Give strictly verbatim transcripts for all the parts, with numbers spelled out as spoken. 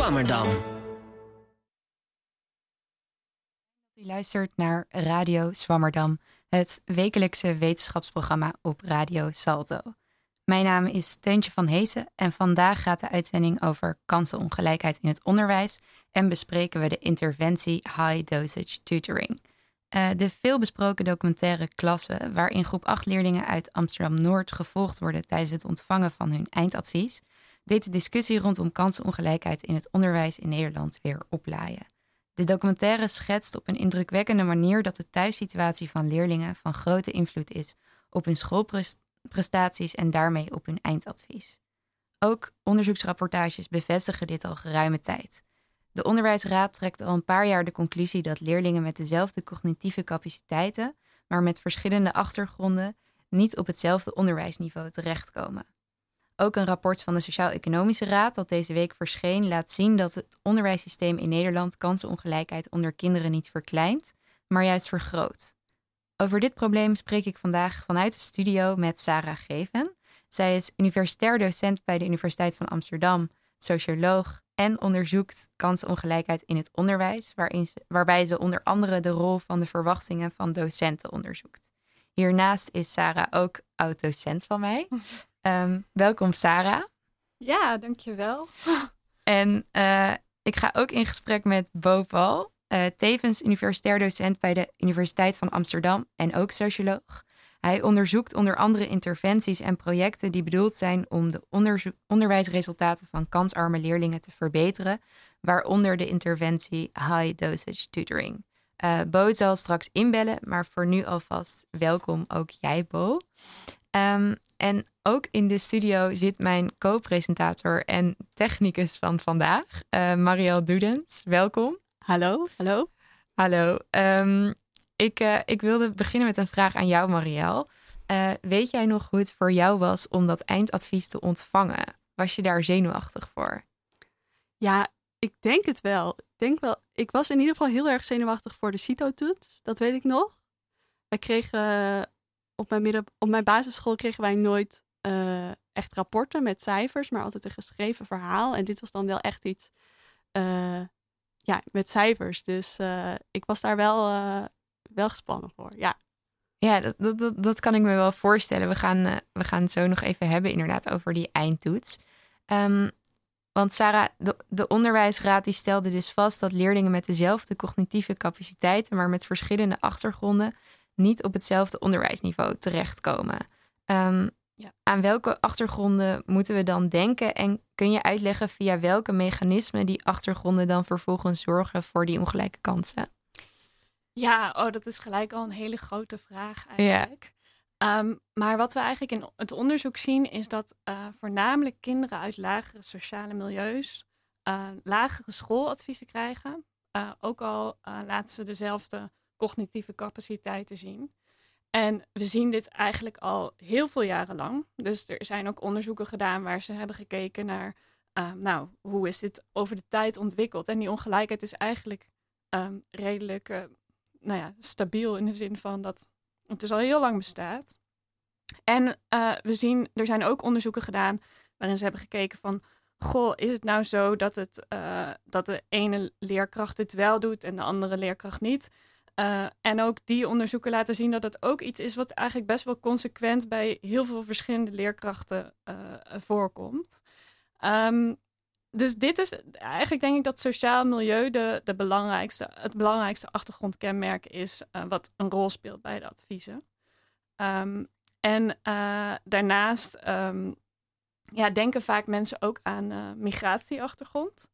Zwammerdam. U luistert naar Radio Zwammerdam, het wekelijkse wetenschapsprogramma op Radio Salto. Mijn naam is Teuntje van Heesen en vandaag gaat de uitzending over kansenongelijkheid in het onderwijs en bespreken we de interventie High Dosage Tutoring. Uh, de veelbesproken documentaire Klasse, waarin groep acht leerlingen uit Amsterdam-Noord gevolgd worden tijdens het ontvangen van hun eindadvies, deed de discussie rondom kansenongelijkheid in het onderwijs in Nederland weer oplaaien. De documentaire schetst op een indrukwekkende manier dat de thuissituatie van leerlingen van grote invloed is op hun schoolprestaties en daarmee op hun eindadvies. Ook onderzoeksrapportages bevestigen dit al geruime tijd. De Onderwijsraad trekt al een paar jaar de conclusie dat leerlingen met dezelfde cognitieve capaciteiten, maar met verschillende achtergronden, niet op hetzelfde onderwijsniveau terechtkomen. Ook een rapport van de Sociaal-Economische Raad dat deze week verscheen laat zien dat het onderwijssysteem in Nederland kansenongelijkheid onder kinderen niet verkleint, maar juist vergroot. Over dit probleem spreek ik vandaag vanuit de studio met Sarah Geven. Zij is universitair docent bij de Universiteit van Amsterdam, socioloog en onderzoekt kansenongelijkheid in het onderwijs, waarin ze, waarbij ze onder andere de rol van de verwachtingen van docenten onderzoekt. Hiernaast is Sarah ook oud-docent van mij. Um, welkom Sarah. Ja, dankjewel. En uh, ik ga ook in gesprek met Bo Paul, uh, tevens universitair docent bij de Universiteit van Amsterdam en ook socioloog. Hij onderzoekt onder andere interventies en projecten die bedoeld zijn om de onderzo- onderwijsresultaten van kansarme leerlingen te verbeteren, waaronder de interventie High Dosage Tutoring. Uh, Bo zal straks inbellen, maar voor nu alvast welkom ook jij, Bo. Um, en ook in de studio zit mijn co-presentator en technicus van vandaag, uh, Marielle Doedens. Welkom. Hallo, hallo. Hallo. Um, ik, uh, ik wilde beginnen met een vraag aan jou, Marielle. Uh, weet jij nog hoe het voor jou was om dat eindadvies te ontvangen? Was je daar zenuwachtig voor? Ja, ik denk het wel. Ik denk wel. Ik was in ieder geval heel erg zenuwachtig voor de CITO-toets. Dat weet ik nog. Wij kregen op mijn, midden, op mijn basisschool kregen wij nooit uh, echt rapporten met cijfers, maar altijd een geschreven verhaal. En dit was dan wel echt iets uh, ja, met cijfers. Dus uh, ik was daar wel, uh, wel gespannen voor, ja. Ja, dat, dat, dat, dat kan ik me wel voorstellen. We gaan, uh, we gaan het zo nog even hebben inderdaad over die eindtoets. Um, want Sarah, de, de Onderwijsraad die stelde dus vast dat leerlingen met dezelfde cognitieve capaciteiten, maar met verschillende achtergronden, niet op hetzelfde onderwijsniveau terechtkomen. Um, ja. Aan welke achtergronden moeten we dan denken? En kun je uitleggen via welke mechanismen die achtergronden dan vervolgens zorgen voor die ongelijke kansen? Ja, oh, dat is gelijk al een hele grote vraag eigenlijk. Ja. Um, maar wat we eigenlijk in het onderzoek zien is dat uh, voornamelijk kinderen uit lagere sociale milieus uh, lagere schooladviezen krijgen. Uh, ook al uh, laten ze dezelfde cognitieve capaciteiten zien. En we zien dit eigenlijk al heel veel jaren lang. Dus er zijn ook onderzoeken gedaan waar ze hebben gekeken naar, uh, nou, hoe is dit over de tijd ontwikkeld? En die ongelijkheid is eigenlijk um, redelijk uh, nou ja, stabiel in de zin van dat het dus al heel lang bestaat. En uh, we zien, er zijn ook onderzoeken gedaan waarin ze hebben gekeken van, goh, is het nou zo dat, het, uh, dat de ene leerkracht het wel doet en de andere leerkracht niet? Uh, en ook die onderzoeken laten zien dat het ook iets is wat eigenlijk best wel consequent bij heel veel verschillende leerkrachten uh, voorkomt. Um, dus dit is eigenlijk denk ik dat sociaal milieu de, de belangrijkste, het belangrijkste achtergrondkenmerk is uh, wat een rol speelt bij de adviezen. Um, en uh, daarnaast um, ja, denken vaak mensen ook aan uh, migratieachtergrond.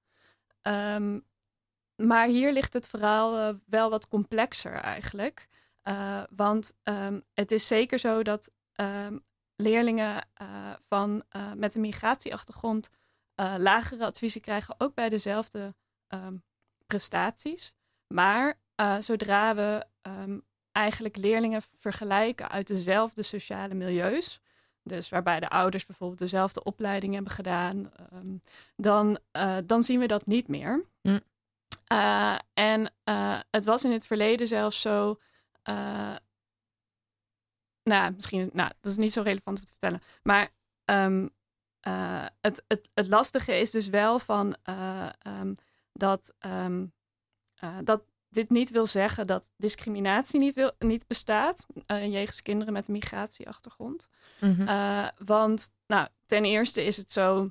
Um, Maar hier ligt het verhaal uh, wel wat complexer eigenlijk. Uh, want um, het is zeker zo dat um, leerlingen uh, van, uh, met een migratieachtergrond uh, lagere adviezen krijgen, ook bij dezelfde um, prestaties. Maar uh, zodra we um, eigenlijk leerlingen vergelijken uit dezelfde sociale milieus, dus waarbij de ouders bijvoorbeeld dezelfde opleiding hebben gedaan, um, dan, uh, dan zien we dat niet meer. Mm. Uh, en uh, het was in het verleden zelfs zo, uh, nou misschien, nou dat is niet zo relevant om te vertellen, maar um, uh, het, het, het lastige is dus wel van uh, um, dat, um, uh, dat dit niet wil zeggen dat discriminatie niet, wil, niet bestaat uh, jegens kinderen met een migratieachtergrond. Mm-hmm. Uh, want nou, ten eerste is het zo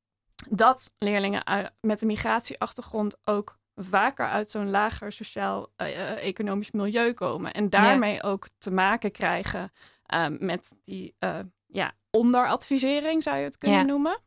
dat leerlingen uit, met een migratieachtergrond ook vaker uit zo'n lager sociaal-economisch uh, milieu komen. En daarmee yeah. ook te maken krijgen uh, met die uh, ja, onderadvisering, zou je het kunnen yeah. noemen.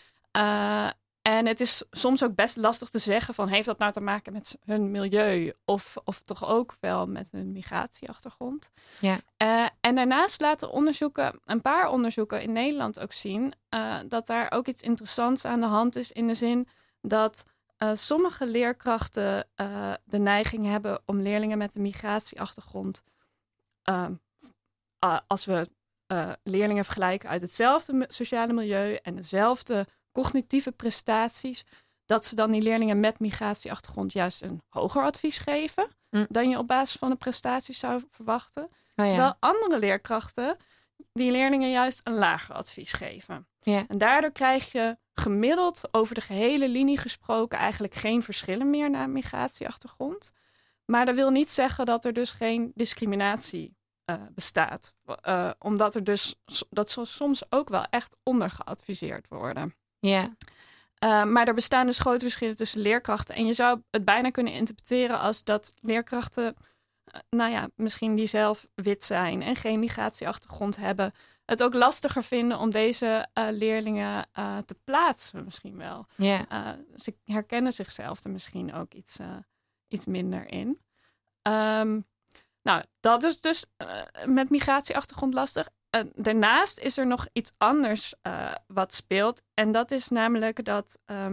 Uh, en het is soms ook best lastig te zeggen van, heeft dat nou te maken met hun milieu of, of toch ook wel met hun migratieachtergrond. Yeah. Uh, en daarnaast laten onderzoeken, een paar onderzoeken in Nederland ook zien, uh, dat daar ook iets interessants aan de hand is in de zin dat Uh, sommige leerkrachten uh, de neiging hebben om leerlingen met een migratieachtergrond, uh, uh, als we uh, leerlingen vergelijken uit hetzelfde sociale milieu en dezelfde cognitieve prestaties, dat ze dan die leerlingen met migratieachtergrond juist een hoger advies geven mm. dan je op basis van de prestaties zou verwachten. Oh, ja. Terwijl andere leerkrachten die leerlingen juist een lager advies geven. Ja. En daardoor krijg je gemiddeld over de gehele linie gesproken eigenlijk geen verschillen meer naar migratieachtergrond. Maar dat wil niet zeggen dat er dus geen discriminatie uh, bestaat. Uh, omdat er dus dat zo soms ook wel echt ondergeadviseerd worden. Ja. Uh, maar er bestaan dus grote verschillen tussen leerkrachten. En je zou het bijna kunnen interpreteren als dat leerkrachten, uh, nou ja, misschien die zelf wit zijn en geen migratieachtergrond hebben, het ook lastiger vinden om deze uh, leerlingen uh, te plaatsen misschien wel. Yeah. Uh, ze herkennen zichzelf er misschien ook iets, uh, iets minder in. Um, nou, dat is dus uh, met migratieachtergrond lastig. Uh, daarnaast is er nog iets anders uh, wat speelt. En dat is namelijk dat Um,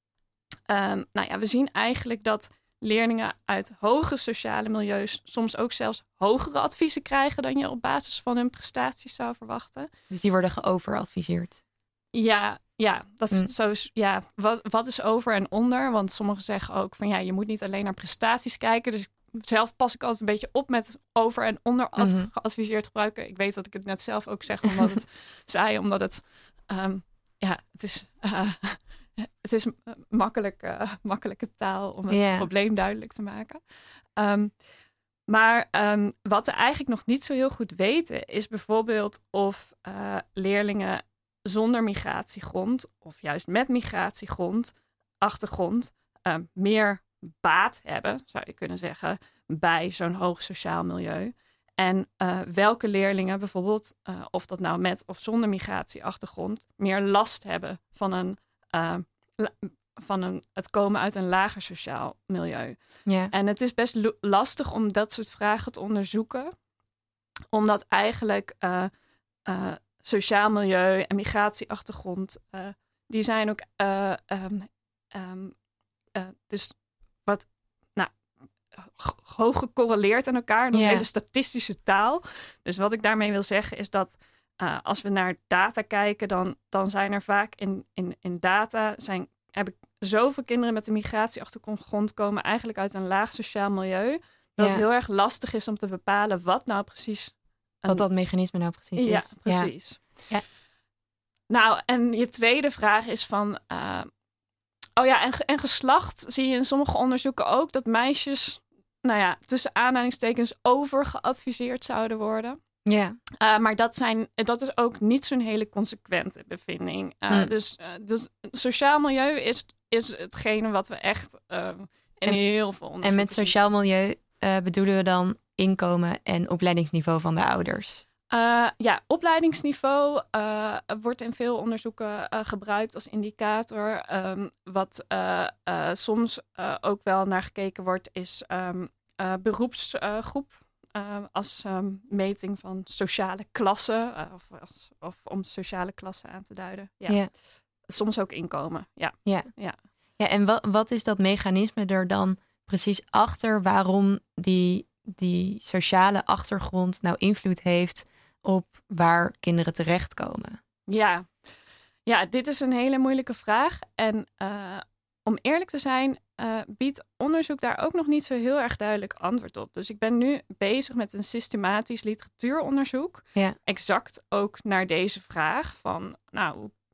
um, nou ja, we zien eigenlijk dat leerlingen uit hoge sociale milieus soms ook zelfs hogere adviezen krijgen dan je op basis van hun prestaties zou verwachten. Dus die worden geoveradviseerd? Ja, ja, dat is mm. zo. Ja, wat, wat is over en onder? Want sommigen zeggen ook van ja, je moet niet alleen naar prestaties kijken. Dus zelf pas ik altijd een beetje op met over en onder ad- mm-hmm. geadviseerd gebruiken. Ik weet dat ik het net zelf ook zeg, omdat het zei, omdat het um, ja, het is. Uh, Het is makkelijk, uh, makkelijke taal om het yeah. probleem duidelijk te maken. Um, maar um, wat we eigenlijk nog niet zo heel goed weten, is bijvoorbeeld of uh, leerlingen zonder migratiegrond of juist met migratiegrond, achtergrond, uh, meer baat hebben, zou je kunnen zeggen, bij zo'n hoog sociaal milieu. En uh, welke leerlingen bijvoorbeeld, uh, of dat nou met of zonder migratieachtergrond, meer last hebben van een Uh, van een, het komen uit een lager sociaal milieu. Yeah. En het is best lo- lastig om dat soort vragen te onderzoeken. Omdat eigenlijk uh, uh, sociaal milieu en migratieachtergrond, uh, die zijn ook uh, um, um, uh, dus wat nou, g- hoog gecorreleerd aan elkaar. Dat is yeah. hele statistische taal. Dus wat ik daarmee wil zeggen is dat Uh, als we naar data kijken, dan, dan zijn er vaak in, in, in data zijn, heb ik zoveel kinderen met een migratieachtergrond komen eigenlijk uit een laag sociaal milieu. Dat ja. het heel erg lastig is om te bepalen wat nou precies een... Wat dat mechanisme nou precies ja, is. Precies. Ja. Nou, en je tweede vraag is van Uh, oh ja, en, en geslacht zie je in sommige onderzoeken ook dat meisjes, nou ja, tussen aanhalingstekens overgeadviseerd zouden worden. Ja. Uh, maar dat, zijn, dat is ook niet zo'n hele consequente bevinding. Uh, hmm. Dus, uh, dus sociaal milieu is, is hetgene wat we echt uh, in en, heel veel onderzoeken En met sociaal milieu uh, bedoelen we dan inkomen en opleidingsniveau van de ouders? Uh, ja, opleidingsniveau uh, wordt in veel onderzoeken uh, gebruikt als indicator. Um, wat uh, uh, soms uh, ook wel naar gekeken wordt is um, uh, beroepsgroep. Uh, Uh, als um, meting van sociale klassen, uh, of, als, of om sociale klassen aan te duiden. Ja. Yeah. Soms ook inkomen, ja. Ja, ja. ja en wat, wat is dat mechanisme er dan precies achter waarom die, die sociale achtergrond nou invloed heeft op waar kinderen terechtkomen? Ja, ja, dit is een hele moeilijke vraag. En uh, om eerlijk te zijn, Uh, biedt onderzoek daar ook nog niet zo heel erg duidelijk antwoord op. Dus ik ben nu bezig met een systematisch literatuuronderzoek. Ja. Exact ook naar deze vraag van, nou,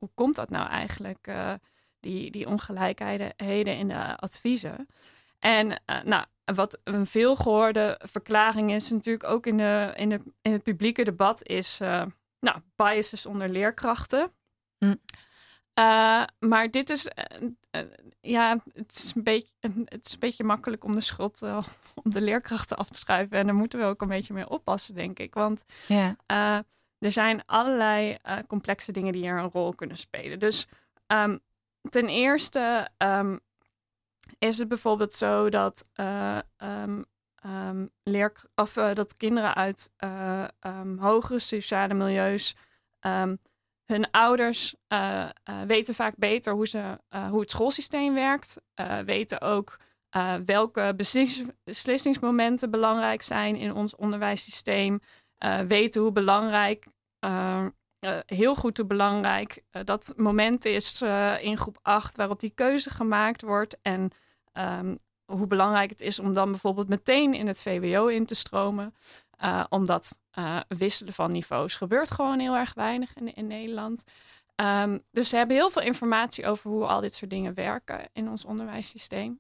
hoe komt dat nou eigenlijk, uh, die, die ongelijkheden in de adviezen? En uh, nou, wat een veelgehoorde verklaring is natuurlijk ook in, de, in, de, in het publieke debat is uh, nou, biases onder leerkrachten. Hm. Uh, maar dit is, uh, uh, ja, het is, een beetje, uh, het is een beetje makkelijk om de schuld uh, om de leerkrachten af te schuiven. En daar moeten we ook een beetje mee oppassen, denk ik. Want ja. uh, er zijn allerlei uh, complexe dingen die hier een rol kunnen spelen. Dus um, ten eerste um, is het bijvoorbeeld zo dat, uh, um, um, leer, of, uh, dat kinderen uit uh, um, hogere sociale milieus... Um, Hun ouders uh, uh, weten vaak beter hoe, ze, uh, hoe het schoolsysteem werkt. Uh, weten ook uh, welke beslis- beslissingsmomenten belangrijk zijn in ons onderwijssysteem. Uh, weten hoe belangrijk, uh, uh, heel goed hoe belangrijk uh, dat moment is uh, in groep acht waarop die keuze gemaakt wordt. En um, hoe belangrijk het is om dan bijvoorbeeld meteen in het V W O in te stromen. Uh, omdat uh, wisselen van niveaus gebeurt gewoon heel erg weinig in, in Nederland. Um, dus ze hebben heel veel informatie over hoe al dit soort dingen werken in ons onderwijssysteem.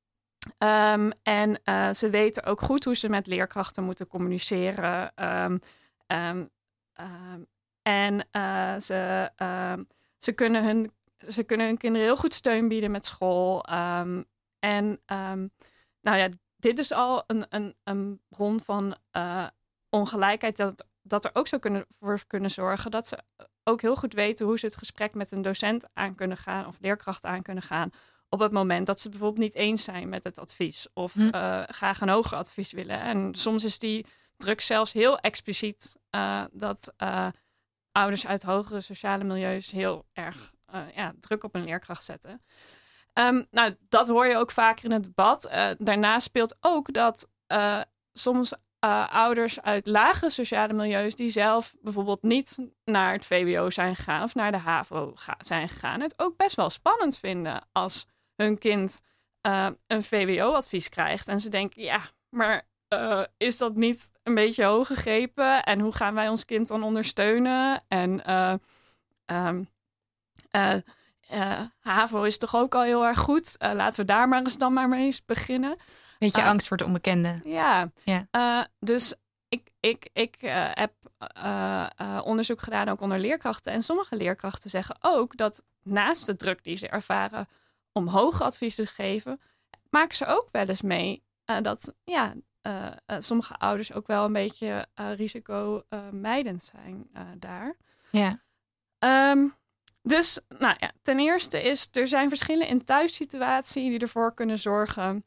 Um, en uh, ze weten ook goed hoe ze met leerkrachten moeten communiceren. Um, um, um, en uh, ze, um, ze, kunnen hun, ze kunnen hun kinderen heel goed steun bieden met school. Um, en um, nou ja... Dit is al een, een, een bron van uh, ongelijkheid dat, dat er ook zou kunnen, voor kunnen zorgen dat ze ook heel goed weten hoe ze het gesprek met een docent aan kunnen gaan of leerkracht aan kunnen gaan op het moment dat ze bijvoorbeeld niet eens zijn met het advies of hm. uh, graag een hoger advies willen. En soms is die druk zelfs heel expliciet uh, dat uh, ouders uit hogere sociale milieus heel erg uh, ja, druk op een leerkracht zetten. Um, nou, dat hoor je ook vaker in het debat. Uh, daarnaast speelt ook dat uh, soms uh, ouders uit lagere sociale milieus die zelf bijvoorbeeld niet naar het V W O zijn gegaan of naar de H A V O ga- zijn gegaan, het ook best wel spannend vinden als hun kind uh, een V W O-advies krijgt. En ze denken, ja, maar uh, is dat niet een beetje hoog gegrepen? En hoe gaan wij ons kind dan ondersteunen? En uh, um, uh, Uh, H A V O is toch ook al heel erg goed. Uh, laten we daar maar eens dan maar mee eens beginnen. Beetje uh, angst voor het onbekende. Ja, ja. Uh, dus ik, ik, ik uh, heb uh, uh, onderzoek gedaan ook onder leerkrachten. En sommige leerkrachten zeggen ook dat naast de druk die ze ervaren om hoge adviezen te geven, maken ze ook wel eens mee uh, dat ja, uh, uh, sommige ouders ook wel een beetje uh, risicomijdend zijn uh, daar. Ja. Um, Dus, nou ja, ten eerste is, er zijn verschillen in thuissituatie die ervoor kunnen zorgen,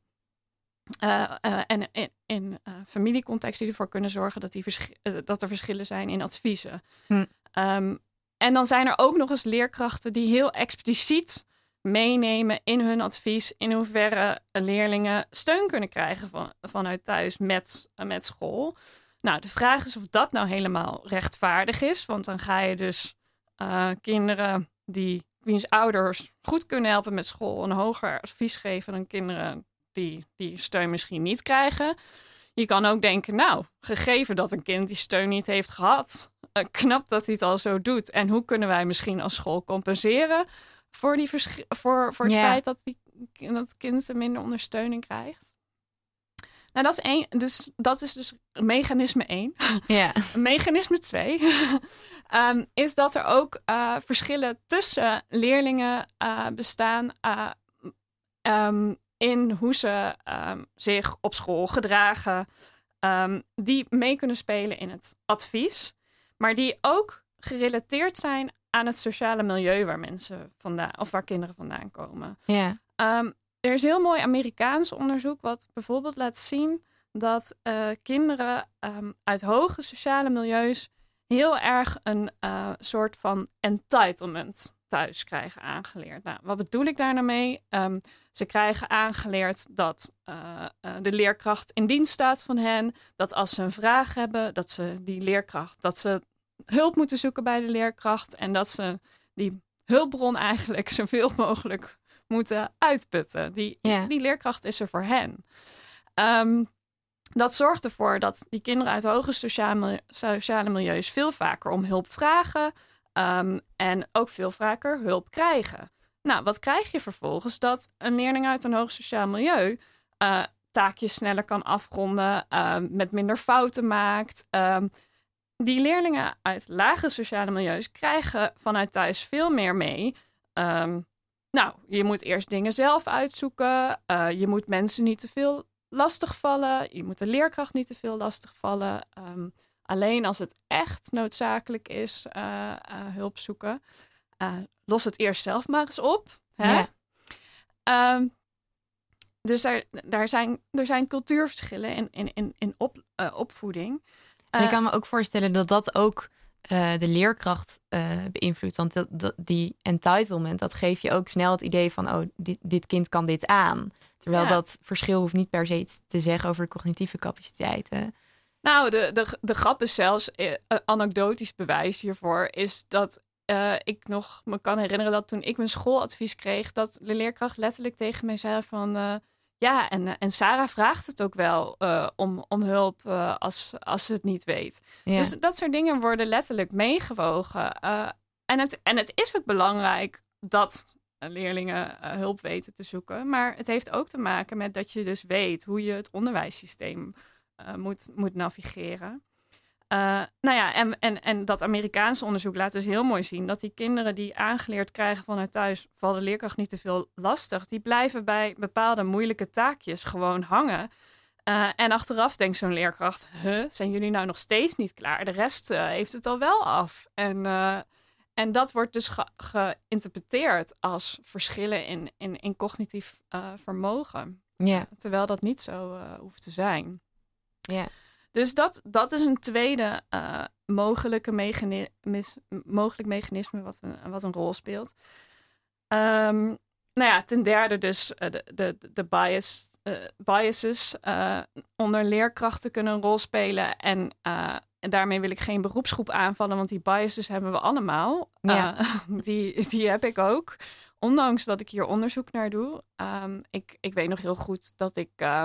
uh, uh, en in, in uh, familiecontext die ervoor kunnen zorgen dat, die vers- uh, dat er verschillen zijn in adviezen. Hm. Um, en dan zijn er ook nog eens leerkrachten die heel expliciet meenemen in hun advies in hoeverre leerlingen steun kunnen krijgen van, vanuit thuis met, uh, met school. Nou, de vraag is of dat nou helemaal rechtvaardig is, want dan ga je dus Uh, kinderen die wiens ouders goed kunnen helpen met school een hoger advies geven dan kinderen die die steun misschien niet krijgen. Je kan ook denken, nou, gegeven dat een kind die steun niet heeft gehad, uh, knap dat hij het al zo doet. En hoe kunnen wij misschien als school compenseren voor, die vers- voor, voor het yeah. feit dat, die, dat het kind minder ondersteuning krijgt? Nou, dat is één. Dus dat is dus mechanisme één. Ja. Mechanisme twee um, is dat er ook uh, verschillen tussen leerlingen uh, bestaan uh, um, in hoe ze um, zich op school gedragen, um, die mee kunnen spelen in het advies, maar die ook gerelateerd zijn aan het sociale milieu waar mensen vandaan of waar kinderen vandaan komen. Ja. Um, Er is heel mooi Amerikaans onderzoek wat bijvoorbeeld laat zien dat uh, kinderen um, uit hoge sociale milieus heel erg een uh, soort van entitlement thuis krijgen aangeleerd. Nou, wat bedoel ik daar nou mee? Um, ze krijgen aangeleerd dat uh, uh, de leerkracht in dienst staat van hen, dat als ze een vraag hebben, dat ze die leerkracht, dat ze hulp moeten zoeken bij de leerkracht en dat ze die hulpbron eigenlijk zoveel mogelijk moeten uitputten. Die, yeah. die leerkracht is er voor hen. Um, dat zorgt ervoor dat die kinderen uit hoge sociale, sociale milieus veel vaker om hulp vragen. Um, en ook veel vaker hulp krijgen. Nou, wat krijg je vervolgens? Dat een leerling uit een hoog sociaal milieu uh, taakjes sneller kan afronden, uh, met minder fouten maakt. Um, die leerlingen uit lage sociale milieus krijgen vanuit thuis veel meer mee. Um, nou, je moet eerst dingen zelf uitzoeken. Uh, je moet mensen niet te veel lastigvallen. Je moet de leerkracht niet te veel lastigvallen. Um, alleen als het echt noodzakelijk is, uh, uh, hulp zoeken. Uh, los het eerst zelf maar eens op. Hè? Ja. Um, dus er, daar zijn, er zijn cultuurverschillen in, in, in, in op, uh, opvoeding. En ik kan me ook voorstellen dat dat ook uh, de leerkracht uh, beïnvloedt. Want dat, dat, die entitlement, dat geeft je ook snel het idee van... oh, dit, dit kind kan dit aan. Terwijl ja. dat verschil hoeft niet per se iets te zeggen over de cognitieve capaciteiten. Nou, de, de, de grap is zelfs, uh, anekdotisch bewijs hiervoor... is dat uh, ik nog me kan herinneren dat toen ik mijn schooladvies kreeg... dat de leerkracht letterlijk tegen mij zei van... Uh, ja, en, en Sarah vraagt het ook wel uh, om, om hulp uh, als, als ze het niet weet. Ja. Dus dat soort dingen worden letterlijk meegewogen. Uh, en, het, en het is ook belangrijk dat leerlingen uh, hulp weten te zoeken. Maar het heeft ook te maken met dat je dus weet hoe je het onderwijssysteem uh, moet, moet navigeren. Uh, nou ja, en, en, en dat Amerikaanse onderzoek laat dus heel mooi zien... dat die kinderen die aangeleerd krijgen vanuit thuis... valt de leerkracht niet te veel lastig... die blijven bij bepaalde moeilijke taakjes gewoon hangen. Uh, en achteraf denkt zo'n leerkracht... huh, zijn jullie nou nog steeds niet klaar? De rest uh, heeft het al wel af. En, uh, en dat wordt dus ge- geïnterpreteerd als verschillen in, in, in cognitief uh, vermogen. Yeah. Terwijl dat niet zo uh, hoeft te zijn. Ja. Yeah. Dus dat, dat is een tweede uh, mogelijke mechani- mis, mogelijk mechanisme wat een, wat een rol speelt. Um, nou ja, ten derde dus uh, de, de, de bias, uh, biases uh, onder leerkrachten kunnen een rol spelen. En, uh, en daarmee wil ik geen beroepsgroep aanvallen, want die biases hebben we allemaal. Ja. Uh, die, die heb ik ook. Ondanks dat ik hier onderzoek naar doe. Um, ik, ik weet nog heel goed dat ik... Uh,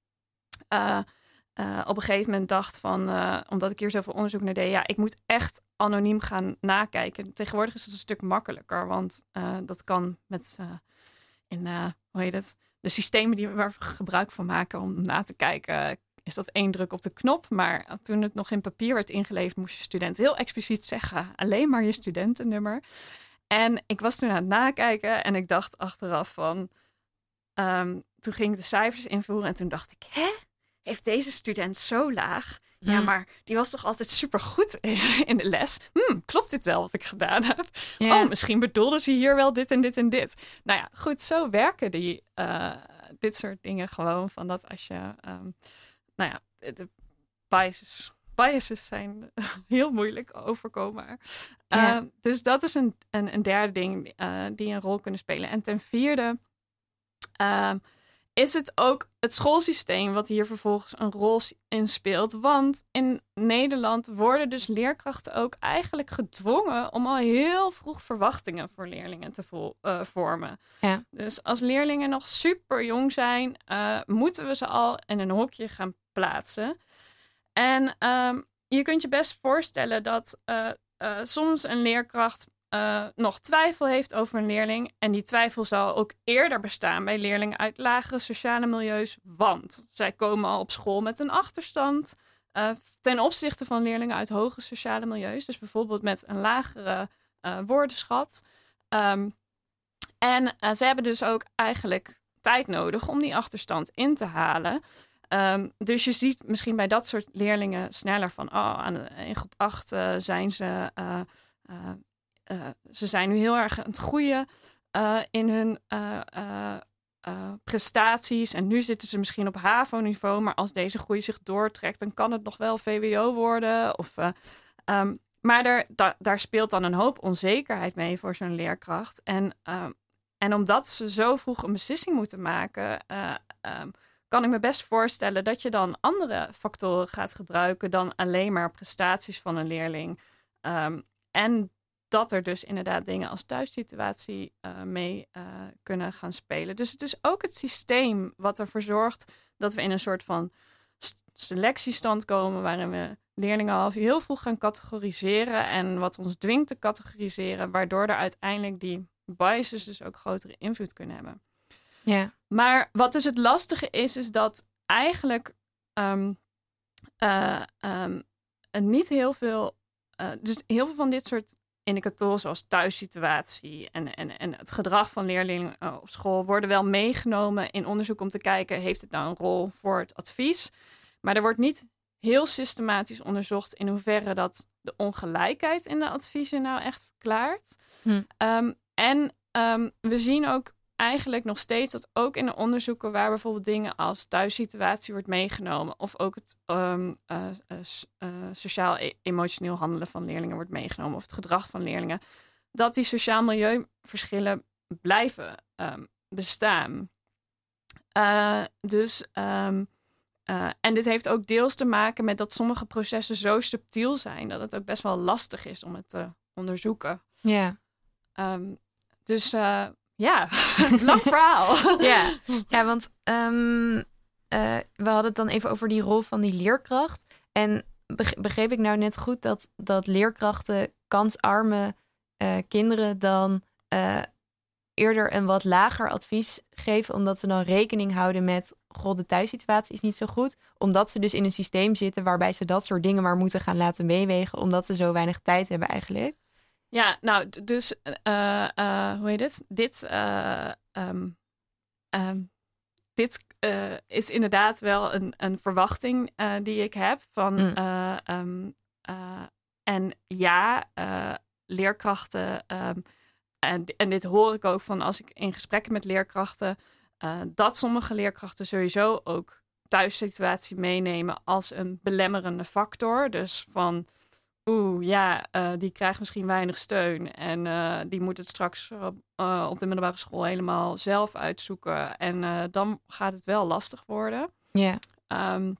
uh, Uh, op een gegeven moment dacht van, uh, omdat ik hier zoveel onderzoek naar deed, ja, ik moet echt anoniem gaan nakijken. Tegenwoordig is het een stuk makkelijker, want uh, dat kan met, uh, in, uh, hoe heet het, de systemen die, waar we gebruik van maken om na te kijken, is dat één druk op de knop. Maar toen het nog in papier werd ingeleverd, moest je student heel expliciet zeggen, alleen maar je studentennummer. En ik was toen aan het nakijken en ik dacht achteraf van, um, toen ging ik de cijfers invoeren en toen dacht ik, hè? Heeft deze student zo laag? Ja, maar die was toch altijd supergoed in de les? Hm, klopt dit wel wat ik gedaan heb? Ja. Oh, misschien bedoelden ze hier wel dit en dit en dit. Nou ja, goed, zo werken die, uh, dit soort dingen gewoon. Van dat als je, um, nou ja, de, de biases, biases zijn heel moeilijk overkomen. Ja. Uh, dus dat is een, een, een derde ding uh, die een rol kunnen spelen. En ten vierde... Uh, is het ook het schoolsysteem wat hier vervolgens een rol in speelt. Want in Nederland worden dus leerkrachten ook eigenlijk gedwongen om al heel vroeg verwachtingen voor leerlingen te vo- uh, vormen. Ja. Dus als leerlingen nog super jong zijn, uh, moeten we ze al in een hokje gaan plaatsen. En um, je kunt je best voorstellen dat uh, uh, soms een leerkracht Uh, nog twijfel heeft over een leerling. En die twijfel zal ook eerder bestaan bij leerlingen uit lagere sociale milieus. Want zij komen al op school met een achterstand uh, ten opzichte van leerlingen uit hoge sociale milieus. Dus bijvoorbeeld met een lagere uh, woordenschat. Um, en uh, ze hebben dus ook eigenlijk tijd nodig om die achterstand in te halen. Um, dus je ziet misschien bij dat soort leerlingen sneller van... oh, aan de, in groep acht uh, zijn ze... Uh, uh, Uh, ze zijn nu heel erg aan het groeien uh, in hun uh, uh, uh, prestaties. En nu zitten ze misschien op HAVO-niveau. Maar als deze groei zich doortrekt, dan kan het nog wel V W O worden. Of, uh, um, maar er, da, daar speelt dan een hoop onzekerheid mee voor zo'n leerkracht. En, uh, en omdat ze zo vroeg een beslissing moeten maken... Uh, um, kan ik me best voorstellen dat je dan andere factoren gaat gebruiken... dan alleen maar prestaties van een leerling. Um, en dat er dus inderdaad dingen als thuissituatie uh, mee uh, kunnen gaan spelen. Dus het is ook het systeem wat ervoor zorgt dat we in een soort van selectiestand komen... waarin we leerlingen al heel vroeg gaan categoriseren en wat ons dwingt te categoriseren, waardoor er uiteindelijk die biases dus ook grotere invloed kunnen hebben. Ja. Maar wat dus het lastige is, is dat eigenlijk um, uh, um, niet heel veel, uh, dus heel veel van dit soort indicatoren zoals thuissituatie en, en, en het gedrag van leerlingen uh, op school worden wel meegenomen in onderzoek om te kijken, heeft het nou een rol voor het advies? Maar er wordt niet heel systematisch onderzocht in hoeverre dat de ongelijkheid in de adviezen nou echt verklaart. Hm. Um, en um, we zien ook eigenlijk nog steeds dat ook in de onderzoeken waar bijvoorbeeld dingen als thuissituatie wordt meegenomen of ook het um, uh, uh, uh, sociaal-emotioneel handelen van leerlingen wordt meegenomen of het gedrag van leerlingen, dat die sociaal-milieuverschillen blijven um, bestaan. Uh, dus um, uh, en dit heeft ook deels te maken met dat sommige processen zo subtiel zijn dat het ook best wel lastig is om het te onderzoeken. Ja. Um, dus uh, ja, lang verhaal. ja. ja, want um, uh, we hadden het dan even over die rol van die leerkracht. En begreep ik nou net goed dat, dat leerkrachten kansarme uh, kinderen dan uh, eerder een wat lager advies geven, omdat ze dan rekening houden met, god, de thuissituatie is niet zo goed. Omdat ze dus in een systeem zitten waarbij ze dat soort dingen maar moeten gaan laten meewegen, omdat ze zo weinig tijd hebben eigenlijk. Ja, nou, dus, uh, uh, hoe heet het? Dit, uh, um, um, dit uh, is inderdaad wel een, een verwachting uh, die ik heb. Van, mm. uh, um, uh, en ja, uh, leerkrachten, um, en, en dit hoor ik ook van als ik in gesprekken met leerkrachten, uh, dat sommige leerkrachten sowieso ook thuissituatie meenemen als een belemmerende factor. Dus van, oeh, ja, uh, die krijgt misschien weinig steun. En uh, die moet het straks uh, op de middelbare school helemaal zelf uitzoeken. En uh, dan gaat het wel lastig worden. Ja. Yeah. Um,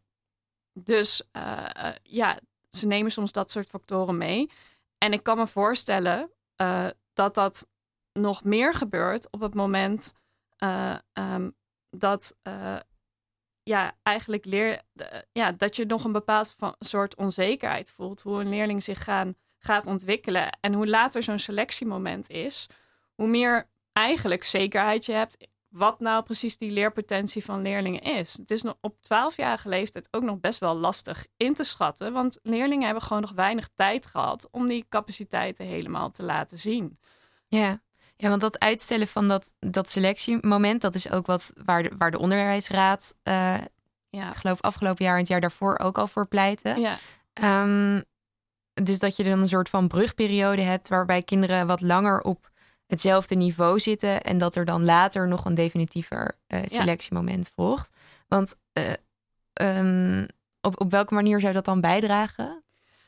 dus uh, uh, ja, ze nemen soms dat soort factoren mee. En ik kan me voorstellen uh, dat dat nog meer gebeurt op het moment uh, um, dat uh, ja, eigenlijk leer, uh, ja, dat je nog een bepaald van, soort onzekerheid voelt. Hoe een leerling zich gaan, gaat ontwikkelen. En hoe later zo'n selectiemoment is, hoe meer eigenlijk zekerheid je hebt wat nou precies die leerpotentie van leerlingen is. Het is nog op twaalfjarige leeftijd ook nog best wel lastig in te schatten. Want leerlingen hebben gewoon nog weinig tijd gehad om die capaciteiten helemaal te laten zien. Ja, ja, want dat uitstellen van dat, dat selectiemoment, dat is ook wat waar de, waar de onderwijsraad, uh, ja. ik geloof afgelopen jaar en het jaar daarvoor ook al voor pleitte. Ja. Um, dus dat je dan een soort van brugperiode hebt waarbij kinderen wat langer op hetzelfde niveau zitten en dat er dan later nog een definitiever uh, selectiemoment ja. volgt. Want uh, um, op, op welke manier zou dat dan bijdragen?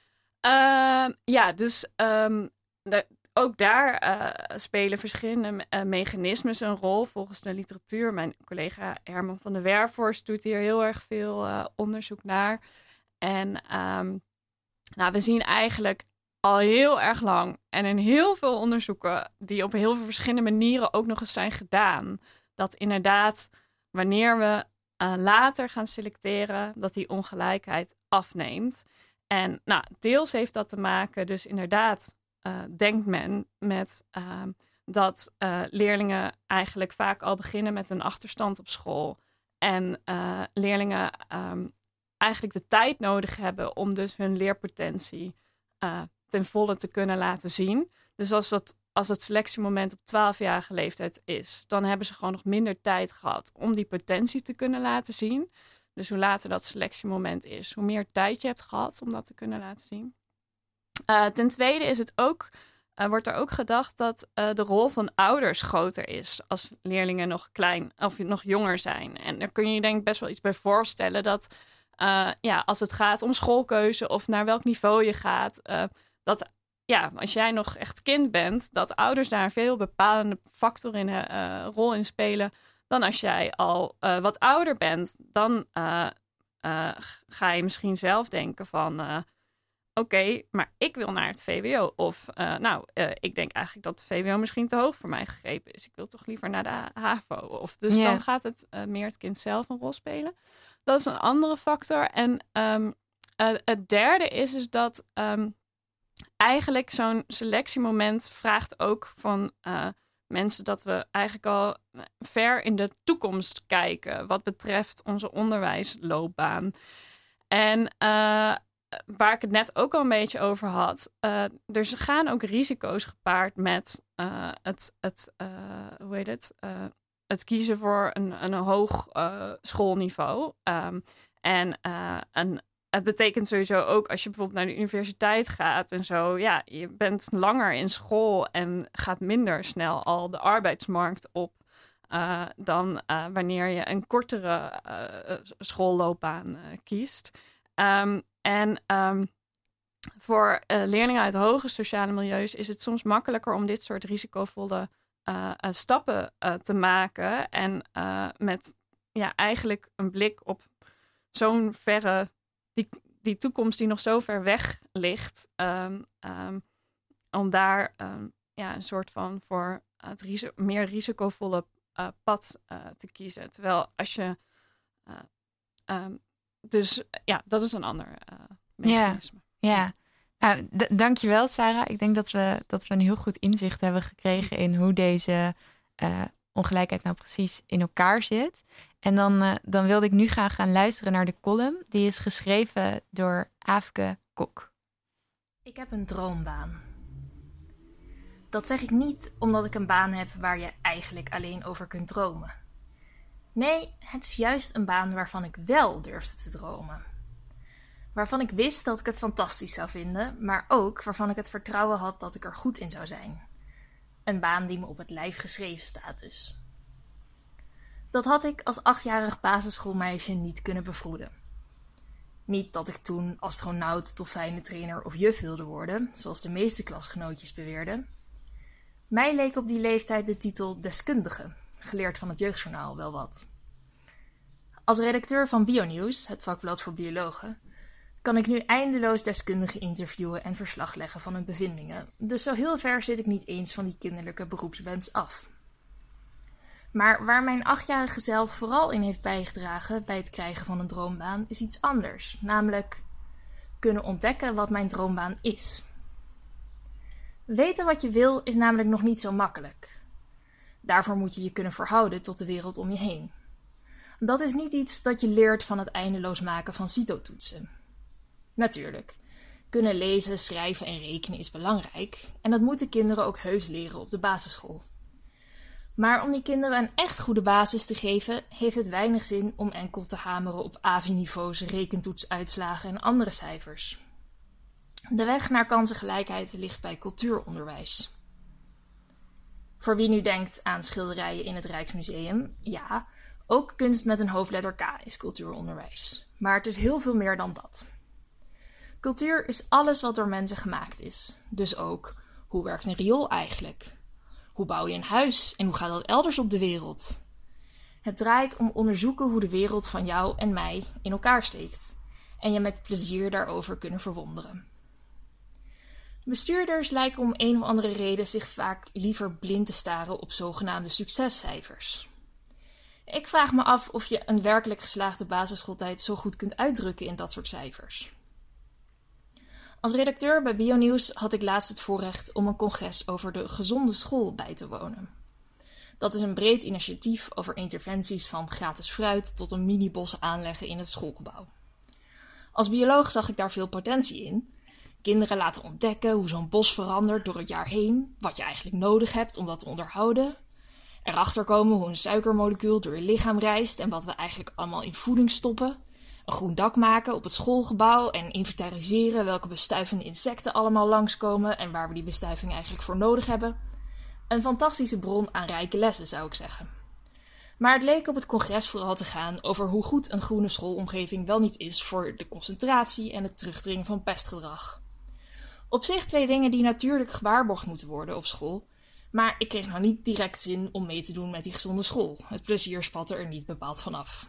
Uh, ja, dus um, de, ook daar uh, spelen verschillende uh, mechanismes een rol volgens de literatuur. Mijn collega Herman van der Werfhorst doet hier heel erg veel uh, onderzoek naar. En um, nou, we zien eigenlijk al heel erg lang en in heel veel onderzoeken die op heel veel verschillende manieren ook nog eens zijn gedaan, dat inderdaad wanneer we uh, later gaan selecteren, dat die ongelijkheid afneemt. En nou, deels heeft dat te maken, dus inderdaad uh, denkt men met uh, dat uh, leerlingen eigenlijk vaak al beginnen met een achterstand op school. En uh, leerlingen um, eigenlijk de tijd nodig hebben om dus hun leerpotentie uh, ten volle te kunnen laten zien. Dus als dat als het selectiemoment op twaalfjarige leeftijd is, dan hebben ze gewoon nog minder tijd gehad om die potentie te kunnen laten zien. Dus hoe later dat selectiemoment is, hoe meer tijd je hebt gehad om dat te kunnen laten zien. Uh, ten tweede is het ook, uh, wordt er ook gedacht dat uh, de rol van ouders groter is als leerlingen nog klein of nog jonger zijn. En daar kun je je denk ik best wel iets bij voorstellen dat uh, ja, als het gaat om schoolkeuze of naar welk niveau je gaat, uh, dat ja, als jij nog echt kind bent, dat ouders daar een veel bepalende factor in, uh, rol in spelen dan als jij al uh, wat ouder bent. Dan uh, uh, ga je misschien zelf denken van Uh, Oké, okay, maar ik wil naar het V W O. Of uh, nou, uh, ik denk eigenlijk dat de V W O misschien te hoog voor mij gegrepen is. Ik wil toch liever naar de HAVO. Of, dus yeah. dan gaat het uh, meer het kind zelf een rol spelen. Dat is een andere factor. En um, uh, het derde is, is dat um, eigenlijk zo'n selectiemoment vraagt ook van uh, mensen dat we eigenlijk al ver in de toekomst kijken wat betreft onze onderwijsloopbaan. En uh, waar ik het net ook al een beetje over had, uh, er gaan ook risico's gepaard met uh, het, het, uh, hoe heet het, uh, het kiezen voor een, een hoog uh, schoolniveau. Um, en uh, een Het betekent sowieso ook als je bijvoorbeeld naar de universiteit gaat en zo. Ja, je bent langer in school en gaat minder snel al de arbeidsmarkt op uh, dan uh, wanneer je een kortere uh, schoolloopbaan uh, kiest. Um, en um, voor uh, leerlingen uit hoge sociale milieus is het soms makkelijker om dit soort risicovolle uh, uh, stappen uh, te maken. En uh, met ja, eigenlijk een blik op zo'n verre Die, die toekomst die nog zo ver weg ligt, um, um, om daar um, ja, een soort van voor het risico, meer risicovolle uh, pad uh, te kiezen. Terwijl als je... Uh, um, dus ja, dat is een ander uh, mechanisme. Ja, ja. Nou, d- dankjewel Sarah. Ik denk dat we, dat we een heel goed inzicht hebben gekregen in hoe deze uh, ongelijkheid nou precies in elkaar zit. En dan, uh, dan wilde ik nu graag gaan luisteren naar de column. Die is geschreven door Aafke Kok. Ik heb een droombaan. Dat zeg ik niet omdat ik een baan heb waar je eigenlijk alleen over kunt dromen. Nee, het is juist een baan waarvan ik wel durfde te dromen. Waarvan ik wist dat ik het fantastisch zou vinden, maar ook waarvan ik het vertrouwen had dat ik er goed in zou zijn. Een baan die me op het lijf geschreven staat dus. Dat had ik als achtjarig basisschoolmeisje niet kunnen bevroeden. Niet dat ik toen astronaut, dolfijnentrainer of juf wilde worden, zoals de meeste klasgenootjes beweerden. Mij leek op die leeftijd de titel deskundige, geleerd van het Jeugdjournaal, wel wat. Als redacteur van BioNews, het vakblad voor biologen, kan ik nu eindeloos deskundigen interviewen en verslag leggen van hun bevindingen, dus zo heel ver zit ik niet eens van die kinderlijke beroepswens af. Maar waar mijn achtjarige zelf vooral in heeft bijgedragen bij het krijgen van een droombaan is iets anders, namelijk kunnen ontdekken wat mijn droombaan is. Weten wat je wil is namelijk nog niet zo makkelijk. Daarvoor moet je je kunnen verhouden tot de wereld om je heen. Dat is niet iets dat je leert van het eindeloos maken van CITO-toetsen. Natuurlijk, kunnen lezen, schrijven en rekenen is belangrijk en dat moeten kinderen ook heus leren op de basisschool. Maar om die kinderen een echt goede basis te geven, heeft het weinig zin om enkel te hameren op A V I-niveaus, rekentoetsuitslagen en andere cijfers. De weg naar kansengelijkheid ligt bij cultuuronderwijs. Voor wie nu denkt aan schilderijen in het Rijksmuseum, ja, ook kunst met een hoofdletter K is cultuuronderwijs. Maar het is heel veel meer dan dat. Cultuur is alles wat door mensen gemaakt is. Dus ook, hoe werkt een riool eigenlijk? Hoe bouw je een huis en hoe gaat dat elders op de wereld? Het draait om onderzoeken hoe de wereld van jou en mij in elkaar steekt. En je met plezier daarover kunnen verwonderen. Bestuurders lijken om een of andere reden zich vaak liever blind te staren op zogenaamde succescijfers. Ik vraag me af of je een werkelijk geslaagde basisschooltijd zo goed kunt uitdrukken in dat soort cijfers. Als redacteur bij BioNews had ik laatst het voorrecht om een congres over de gezonde school bij te wonen. Dat is een breed initiatief over interventies van gratis fruit tot een minibos aanleggen in het schoolgebouw. Als bioloog zag ik daar veel potentie in. Kinderen laten ontdekken hoe zo'n bos verandert door het jaar heen, wat je eigenlijk nodig hebt om dat te onderhouden. Erachter komen hoe een suikermolecuul door je lichaam reist en wat we eigenlijk allemaal in voeding stoppen. Een groen dak maken op het schoolgebouw en inventariseren welke bestuivende insecten allemaal langskomen en waar we die bestuiving eigenlijk voor nodig hebben. Een fantastische bron aan rijke lessen, zou ik zeggen. Maar het leek op het congres vooral te gaan over hoe goed een groene schoolomgeving wel niet is voor de concentratie en het terugdringen van pestgedrag. Op zich twee dingen die natuurlijk gewaarborgd moeten worden op school, maar ik kreeg nou niet direct zin om mee te doen met die gezonde school. Het plezier spatte er niet bepaald vanaf.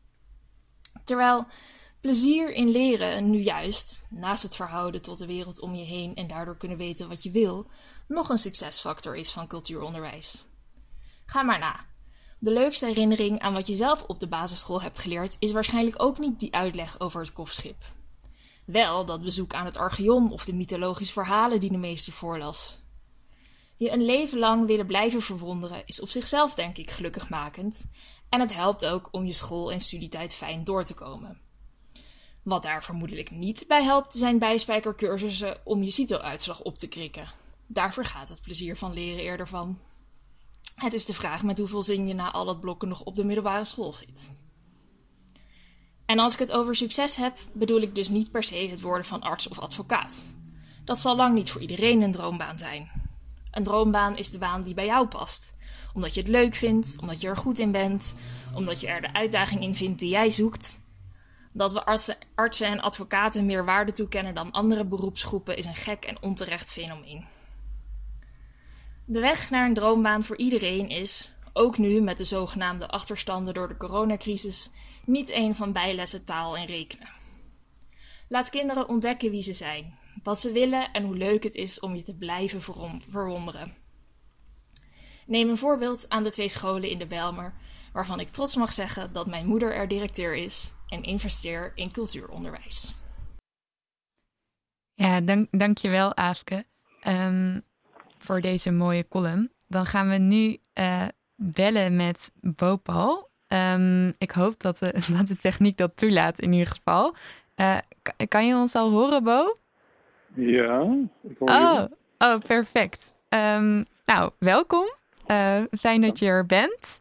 Terwijl plezier in leren nu juist, naast het verhouden tot de wereld om je heen en daardoor kunnen weten wat je wil, nog een succesfactor is van cultuuronderwijs. Ga maar na. De leukste herinnering aan wat je zelf op de basisschool hebt geleerd is waarschijnlijk ook niet die uitleg over het kofschip. Wel dat bezoek aan het Archeon of de mythologische verhalen die de meester voorlas. Je een leven lang willen blijven verwonderen is op zichzelf denk ik gelukkigmakend en het helpt ook om je school- en studietijd fijn door te komen. Wat daar vermoedelijk niet bij helpt zijn bijspijkercursussen om je CITO-uitslag op te krikken. Daar vergaat het plezier van leren eerder van. Het is de vraag met hoeveel zin je na al het blokken nog op de middelbare school zit. En als ik het over succes heb, bedoel ik dus niet per se het worden van arts of advocaat. Dat zal lang niet voor iedereen een droombaan zijn. Een droombaan is de baan die bij jou past. Omdat je het leuk vindt, omdat je er goed in bent, omdat je er de uitdaging in vindt die jij zoekt. Dat we artsen, artsen en advocaten meer waarde toekennen dan andere beroepsgroepen is een gek en onterecht fenomeen. De weg naar een droombaan voor iedereen is, ook nu met de zogenaamde achterstanden door de coronacrisis, niet één van bijlessen taal en rekenen. Laat kinderen ontdekken wie ze zijn, wat ze willen en hoe leuk het is om je te blijven verom- verwonderen. Neem een voorbeeld aan de twee scholen in de Bijlmer, waarvan ik trots mag zeggen dat mijn moeder er directeur is en investeer in cultuuronderwijs. Ja, dank, dankjewel Aafke um, voor deze mooie column. Dan gaan we nu uh, bellen met Bhopal. Um, ik hoop dat de, dat de techniek dat toelaat in ieder geval. Uh, k- kan je ons al horen, Bo? Ja, ik hoor oh, je. Oh, perfect. Um, nou, welkom. Uh, fijn dat je er bent.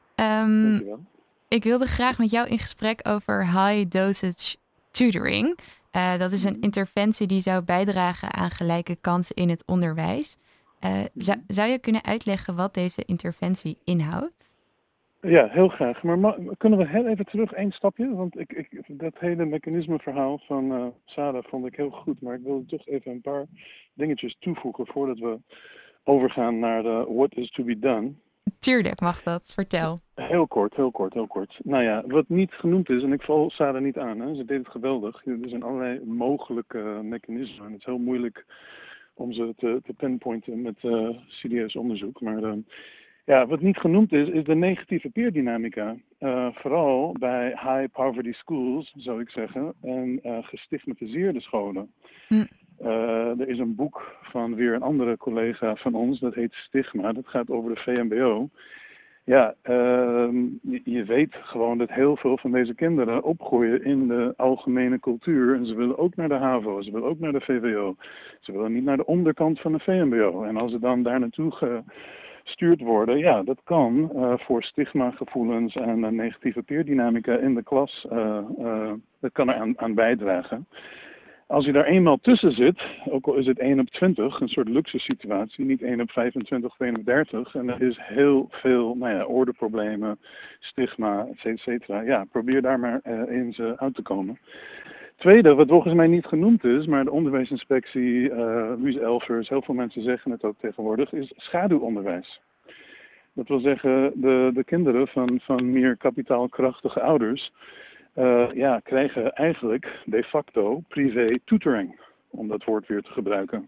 Um, Dankjewel. Ik wilde graag met jou in gesprek over high dosage tutoring. Uh, dat is een interventie die zou bijdragen aan gelijke kansen in het onderwijs. Uh, zou, zou je kunnen uitleggen wat deze interventie inhoudt? Ja, heel graag. Maar ma- kunnen we heel even terug één stapje? Want ik, ik, dat hele mechanismeverhaal van uh, Sada vond ik heel goed. Maar ik wilde toch even een paar dingetjes toevoegen voordat we overgaan naar de what is to be done. Tuurlijk mag dat. Vertel. Heel kort, heel kort, heel kort. Nou ja, wat niet genoemd is, en ik val Sada niet aan, hè, ze deed het geweldig. Er zijn allerlei mogelijke mechanismen. En het is heel moeilijk om ze te, te pinpointen met uh, serieus onderzoek. Maar uh, ja, wat niet genoemd is, is de negatieve peerdynamica. Uh, vooral bij high poverty schools, zou ik zeggen, en uh, gestigmatiseerde scholen. Hm. Uh, er is een boek van weer een andere collega van ons, dat heet Stigma. Dat gaat over de V M B O. Ja, uh, je, je weet gewoon dat heel veel van deze kinderen opgroeien in de algemene cultuur. En ze willen ook naar de HAVO, ze willen ook naar de V W O. Ze willen niet naar de onderkant van de V M B O. En als ze dan daar naartoe gestuurd worden, ja, dat kan uh, voor stigmagevoelens en uh, negatieve peerdynamica in de klas, uh, uh, dat kan er aan, aan bijdragen. Als je daar eenmaal tussen zit, ook al is het één op twintig, een soort luxe situatie, niet één op vijfentwintig of één op dertig, en er is heel veel, nou ja, ordeproblemen, stigma, et cetera. Ja, probeer daar maar uh, eens uh, uit te komen. Tweede, wat volgens mij niet genoemd is, maar de onderwijsinspectie, uh, Luus Elvers, heel veel mensen zeggen het ook tegenwoordig, is schaduwonderwijs. Dat wil zeggen, de, de kinderen van, van meer kapitaalkrachtige ouders, Uh, ja, krijgen eigenlijk de facto privé tutoring, om dat woord weer te gebruiken.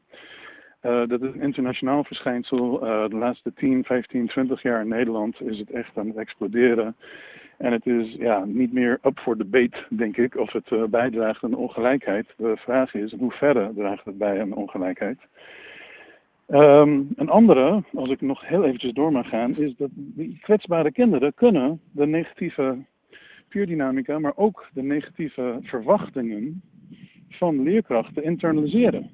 Uh, dat is een internationaal verschijnsel. Uh, de laatste tien, vijftien, twintig jaar in Nederland is het echt aan het exploderen. En het is ja, niet meer up for debate, denk ik, of het uh, bijdraagt aan de ongelijkheid. De vraag is, in hoeverre draagt het bij aan de ongelijkheid? Um, een andere, als ik nog heel eventjes door mag gaan, is dat die kwetsbare kinderen kunnen de negatieve peerdynamica, maar ook de negatieve verwachtingen van leerkrachten internaliseren.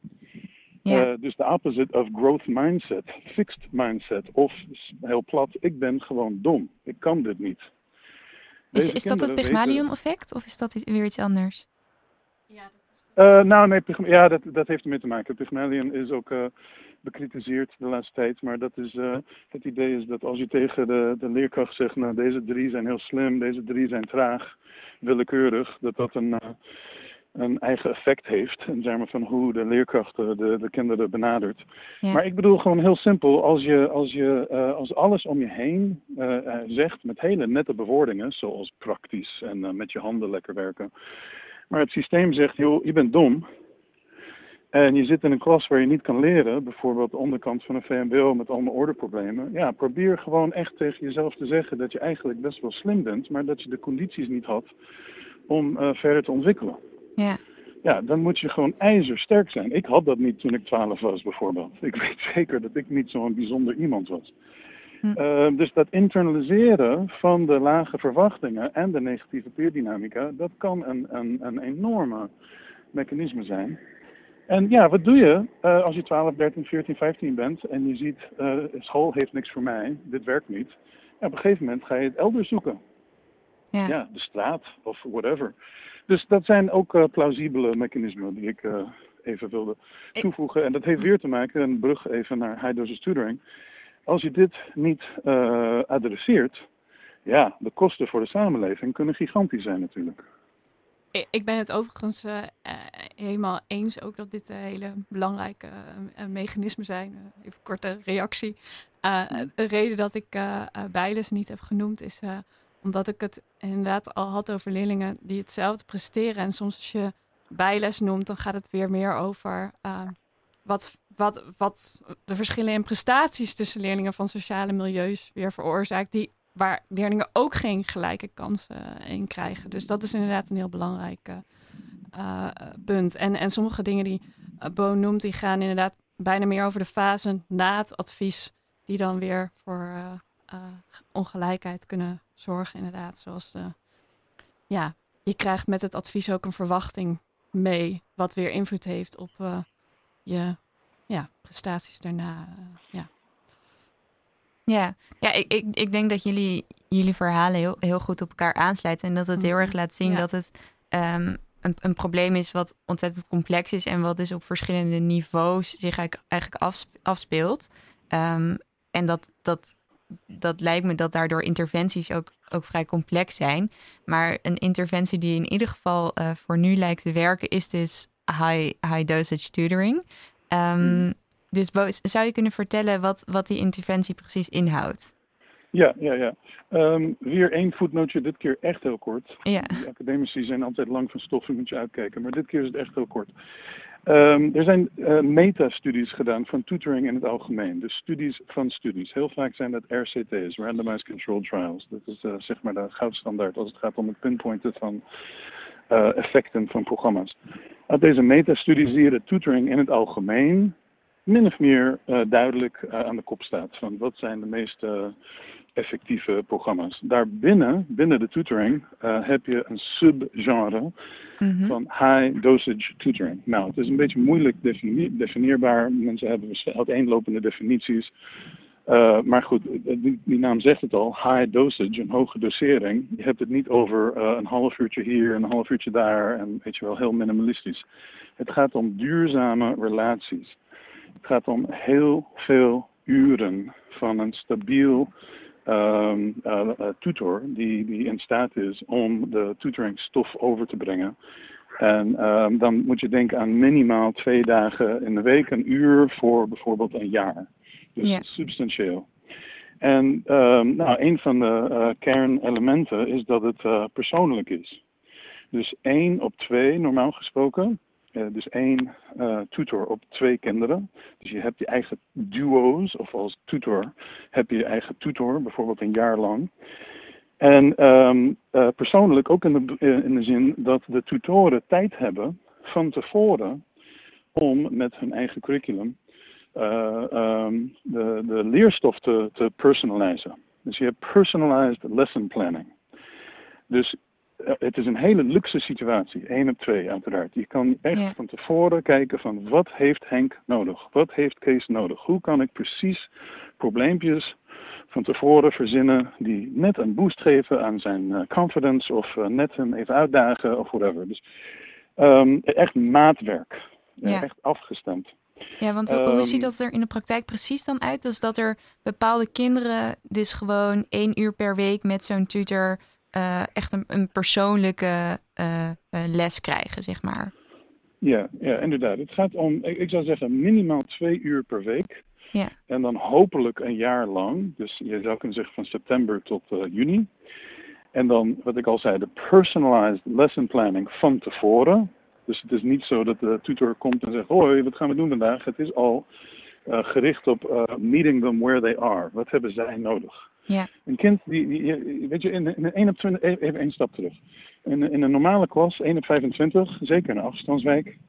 Ja. Uh, dus de opposite of growth mindset, fixed mindset. Of heel plat, ik ben gewoon dom. Ik kan dit niet. Is, is dat het Pygmalion-effect of is dat weer iets anders? Ja, dat is... Uh, nou nee, ja, dat, dat heeft ermee te maken. Pygmalion is ook uh, bekritiseerd de laatste tijd. Maar dat is, uh, het idee is dat als je tegen de, de leerkracht zegt, nou deze drie zijn heel slim, deze drie zijn traag, willekeurig, dat dat een, uh, een eigen effect heeft in termen van hoe de leerkracht de, de kinderen benadert. Ja. Maar ik bedoel gewoon heel simpel, als je, als je uh, als alles om je heen uh, uh, zegt met hele nette bewoordingen, zoals praktisch en uh, met je handen lekker werken. Maar het systeem zegt, joh, je bent dom. En je zit in een klas waar je niet kan leren, bijvoorbeeld de onderkant van een V M B O met allemaal ordeproblemen. Ja, probeer gewoon echt tegen jezelf te zeggen dat je eigenlijk best wel slim bent, maar dat je de condities niet had om uh, verder te ontwikkelen. Ja. ja, dan moet je gewoon ijzersterk zijn. Ik had dat niet toen ik twaalf was, bijvoorbeeld. Ik weet zeker dat ik niet zo'n bijzonder iemand was. Hm. Uh, dus dat internaliseren van de lage verwachtingen en de negatieve peerdynamica, dat kan een, een, een enorme mechanisme zijn. En ja, wat doe je uh, als je twaalf, dertien, veertien, vijftien bent en je ziet, uh, school heeft niks voor mij, dit werkt niet. Ja, op een gegeven moment ga je het elders zoeken. Ja, ja de straat of whatever. Dus dat zijn ook uh, plausibele mechanismen die ik uh, even wilde toevoegen. En dat heeft weer te maken, een brug even naar high dosage tutoring. Als je dit niet uh, adresseert, ja, de kosten voor de samenleving kunnen gigantisch zijn natuurlijk. Ik ben het overigens uh, helemaal eens ook dat dit uh, hele belangrijke uh, mechanismen zijn. Uh, even een korte reactie. Uh, de reden dat ik uh, uh, bijles niet heb genoemd is uh, omdat ik het inderdaad al had over leerlingen die hetzelfde presteren. En soms als je bijles noemt, dan gaat het weer meer over uh, wat, wat, wat de verschillen in prestaties tussen leerlingen van sociale milieus weer veroorzaakt. Die waar leerlingen ook geen gelijke kansen in krijgen. Dus dat is inderdaad een heel belangrijk uh, punt. En, en sommige dingen die uh, Bo noemt, die gaan inderdaad bijna meer over de fase na het advies, die dan weer voor uh, uh, ongelijkheid kunnen zorgen, inderdaad. Zoals, de, ja, je krijgt met het advies ook een verwachting mee, wat weer invloed heeft op uh, je ja, prestaties daarna. Uh, ja. Ja, ja ik, ik, ik denk dat jullie, jullie verhalen heel, heel goed op elkaar aansluiten. En dat het heel erg laat zien ja. dat het um, een, een probleem is wat ontzettend complex is. En wat dus op verschillende niveaus zich eigenlijk, eigenlijk afspeelt. Um, en dat, dat, dat lijkt me dat daardoor interventies ook, ook vrij complex zijn. Maar een interventie die in ieder geval uh, voor nu lijkt te werken is dus high, high dosage tutoring. Um, mm. Dus Bo, zou je kunnen vertellen wat, wat die interventie precies inhoudt? Ja, ja, ja. Um, weer één voetnootje, dit keer echt heel kort. Ja. De academici zijn altijd lang van stof, moet je uitkijken. Maar dit keer is het echt heel kort. Um, er zijn uh, metastudies gedaan van tutoring in het algemeen. Dus studies van studies. Heel vaak zijn dat R C T's, Randomized Controlled Trials. Dat is uh, zeg maar de goudstandaard als het gaat om het pinpointen van uh, effecten van programma's. Uit deze metastudies zie je dat tutoring in het algemeen min of meer uh, duidelijk uh, aan de kop staat. Van wat zijn de meest uh, effectieve programma's. Daarbinnen, binnen de tutoring, uh, heb je een subgenre mm-hmm. van high dosage tutoring. Nou, het is een beetje moeilijk defini- definieerbaar. Mensen hebben uiteenlopende definities. Uh, maar goed, die, die naam zegt het al, high dosage, een hoge dosering. Je hebt het niet over uh, een half uurtje hier, een half uurtje daar en weet je wel, heel minimalistisch. Het gaat om duurzame relaties. Het gaat om heel veel uren van een stabiel um, uh, uh, tutor die, die in staat is om de tutoringstof over te brengen. En um, dan moet je denken aan minimaal twee dagen in de week, een uur voor bijvoorbeeld een jaar. Dus yeah. substantieel. En um, nou, een van de uh, kernelementen is dat het uh, persoonlijk is. Dus één op twee, normaal gesproken. Uh, dus één uh, tutor op twee kinderen. Dus je hebt je eigen duo's, of als tutor heb je je eigen tutor, bijvoorbeeld een jaar lang. En um, uh, persoonlijk ook in de, in de zin dat de tutoren tijd hebben van tevoren om met hun eigen curriculum uh, um, de, de leerstof te, te personaliseren. Dus je hebt personalized lesson planning. Dus het is een hele luxe situatie, één op twee uiteraard. Je kan echt ja. van tevoren kijken van wat heeft Henk nodig? Wat heeft Kees nodig? Hoe kan ik precies probleempjes van tevoren verzinnen die net een boost geven aan zijn uh, confidence of uh, net hem even uitdagen of whatever. Dus um, echt maatwerk, ja. echt afgestemd. Ja, want um, hoe ziet dat er in de praktijk precies dan uit? Dus dat er bepaalde kinderen dus gewoon één uur per week met zo'n tutor Uh, echt een, een persoonlijke uh, uh, les krijgen, zeg maar. Ja, ja, inderdaad. Het gaat om, ik, ik zou zeggen, minimaal twee uur per week. Ja. En dan hopelijk een jaar lang. Dus je zou kunnen zeggen van september tot uh, juni. En dan, wat ik al zei, de personalized lesson planning van tevoren. Dus het is niet zo dat de tutor komt en zegt, hoi, wat gaan we doen vandaag? Het is al uh, gericht op uh, meeting them where they are. Wat hebben zij nodig? Ja. Een kind, die, die, weet je, in, in een op twintig, even één stap terug. In, in een normale klas, één op vijfentwintig, zeker in een afstandswijk.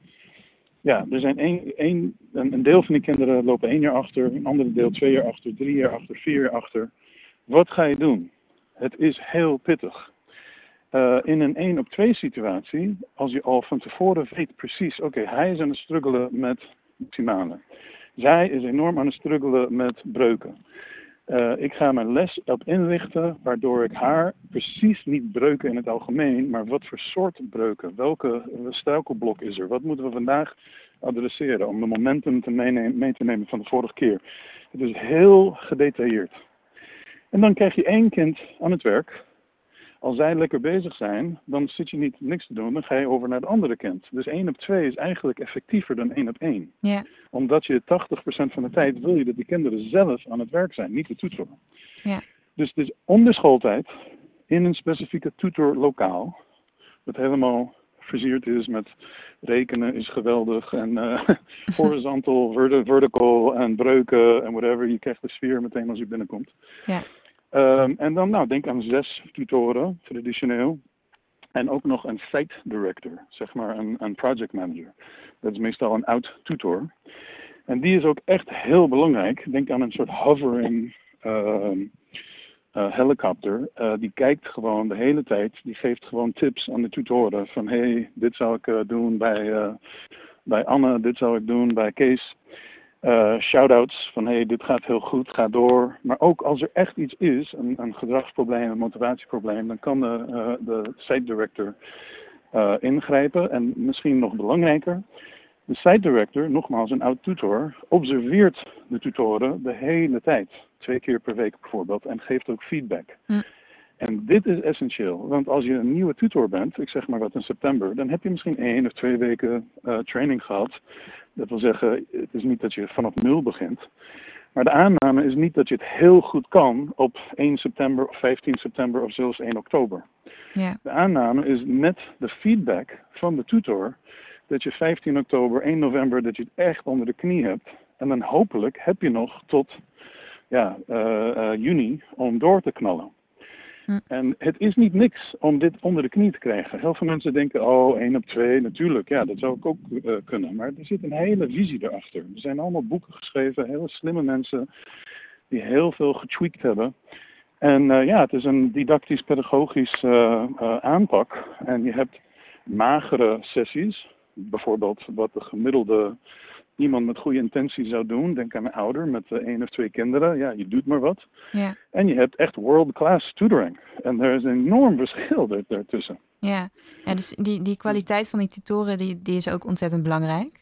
Ja, er zijn één, één, een, een deel van die kinderen lopen één jaar achter, een andere deel twee jaar achter, drie jaar achter, vier jaar achter. Wat ga je doen? Het is heel pittig. Uh, in een één op twee situatie, als je al van tevoren weet precies, oké, okay, hij is aan het struggelen met maximale. Zij is enorm aan het struggelen met breuken. Uh, ik ga mijn les op inrichten, waardoor ik haar precies niet breuken in het algemeen, maar wat voor soort breuken, welke struikelblok is er, wat moeten we vandaag adresseren om de momentum te meenemen, mee te nemen van de vorige keer. Het is heel gedetailleerd. En dan krijg je één kind aan het werk. Als zij lekker bezig zijn, dan zit je niet niks te doen, dan ga je over naar het andere kind. Dus één op twee is eigenlijk effectiever dan één op één. Ja. Omdat je tachtig procent van de tijd wil je dat die kinderen zelf aan het werk zijn, niet de tutor. Ja. Dus het is om de schooltijd, in een specifieke tutorlokaal, dat helemaal versierd is met rekenen is geweldig en uh, horizontal, vert- vertical en breuken en whatever. Je krijgt de sfeer meteen als je binnenkomt. Ja. Um, en dan, nou, denk aan zes tutoren, traditioneel. En ook nog een site director, zeg maar een, een project manager. Dat is meestal een oud tutor. En die is ook echt heel belangrijk. Denk aan een soort hovering uh, uh, helikopter. Uh, die kijkt gewoon de hele tijd. Die geeft gewoon tips aan de tutoren. Van, hé, hey, dit zou ik uh, doen bij, uh, bij Anne. Dit zou ik doen bij Kees. Uh, shout-outs van, hé, hey, dit gaat heel goed, ga door. Maar ook als er echt iets is, een, een gedragsprobleem, een motivatieprobleem, dan kan de, uh, de site director uh, ingrijpen. En misschien nog belangrijker, de site director, nogmaals een oud tutor, observeert de tutoren de hele tijd. Twee keer per week bijvoorbeeld, en geeft ook feedback. Hm. En dit is essentieel, want als je een nieuwe tutor bent, ik zeg maar wat in september, dan heb je misschien één of twee weken uh, training gehad. Dat wil zeggen, het is niet dat je vanaf nul begint. Maar de aanname is niet dat je het heel goed kan op één september of vijftien september of zelfs één oktober. Ja. De aanname is met de feedback van de tutor dat je vijftien oktober, één november, dat je het echt onder de knie hebt. En dan hopelijk heb je nog tot ja, uh, uh, juni om door te knallen. Hm. En het is niet niks om dit onder de knie te krijgen. Heel veel mensen denken, oh, één op twee, natuurlijk, ja, dat zou ik ook uh, kunnen. Maar er zit een hele visie erachter. Er zijn allemaal boeken geschreven, hele slimme mensen die heel veel getweakt hebben. En uh, ja, het is een didactisch-pedagogisch uh, uh, aanpak. En je hebt magere sessies, bijvoorbeeld wat de gemiddelde iemand met goede intentie zou doen. Denk aan een ouder met uh, één of twee kinderen. Ja, je doet maar wat. Ja. En je hebt echt world-class tutoring. En er is een enorm verschil er, daartussen. Ja, ja dus die, die kwaliteit van die tutoren die, die is ook ontzettend belangrijk.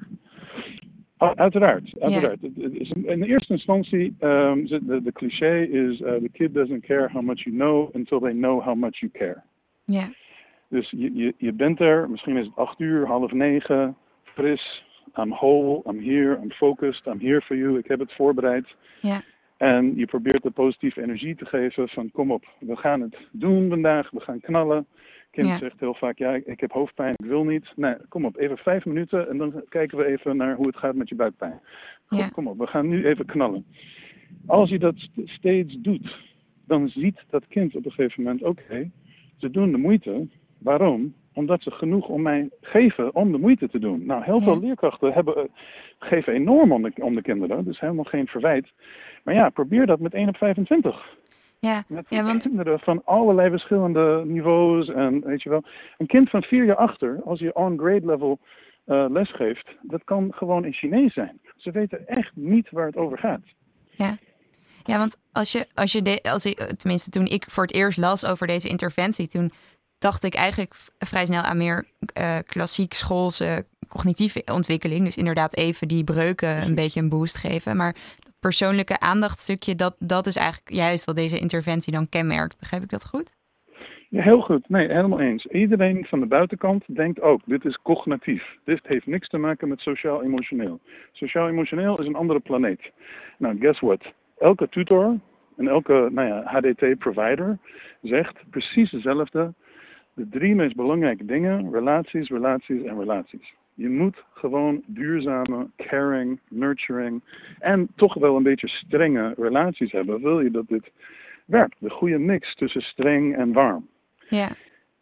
Oh, uiteraard, uiteraard. Ja. In eerste instantie, um, de, de cliché is, uh, the kid doesn't care how much you know until they know how much you care. Ja. Dus je, je, je bent er, misschien is het acht uur, half negen, fris. I'm whole, I'm here, I'm focused, I'm here for you. Ik heb het voorbereid. Ja. En je probeert de positieve energie te geven van kom op, we gaan het doen vandaag, we gaan knallen. Kind ja. zegt heel vaak, ja, ik heb hoofdpijn, ik wil niet. Nee, kom op, even vijf minuten en dan kijken we even naar hoe het gaat met je buikpijn. Goed, ja. Kom op, we gaan nu even knallen. Als je dat steeds doet, dan ziet dat kind op een gegeven moment, oké, okay, ze doen de moeite. Waarom? Omdat ze genoeg om mij geven om de moeite te doen. Nou, heel veel ja. leerkrachten hebben, geven enorm om de, om de kinderen. Dus helemaal geen verwijt. Maar ja, probeer dat met één op vijfentwintig. Ja, met ja want... kinderen van allerlei verschillende niveaus. En weet je wel, een kind van vier jaar achter, als je on grade level uh, lesgeeft, dat kan gewoon in Chinees zijn. Ze weten echt niet waar het over gaat. Ja. Ja, want als je, als je de, als ik, tenminste toen ik voor het eerst las over deze interventie, toen dacht ik eigenlijk vrij snel aan meer uh, klassiek schoolse cognitieve ontwikkeling. Dus inderdaad even die breuken een beetje een boost geven. Maar dat persoonlijke aandachtstukje, dat, dat is eigenlijk juist wat deze interventie dan kenmerkt. Begrijp ik dat goed? Ja, heel goed. Nee, helemaal eens. Iedereen van de buitenkant denkt ook, dit is cognitief. Dit heeft niks te maken met sociaal-emotioneel. Sociaal-emotioneel is een andere planeet. Nou, guess what? Elke tutor en elke nou ja, H D T-provider zegt precies hetzelfde. De drie meest belangrijke dingen, relaties, relaties en relaties. Je moet gewoon duurzame, caring, nurturing en toch wel een beetje strenge relaties hebben. Wil je dat dit werkt? De goede mix tussen streng en warm. Ja.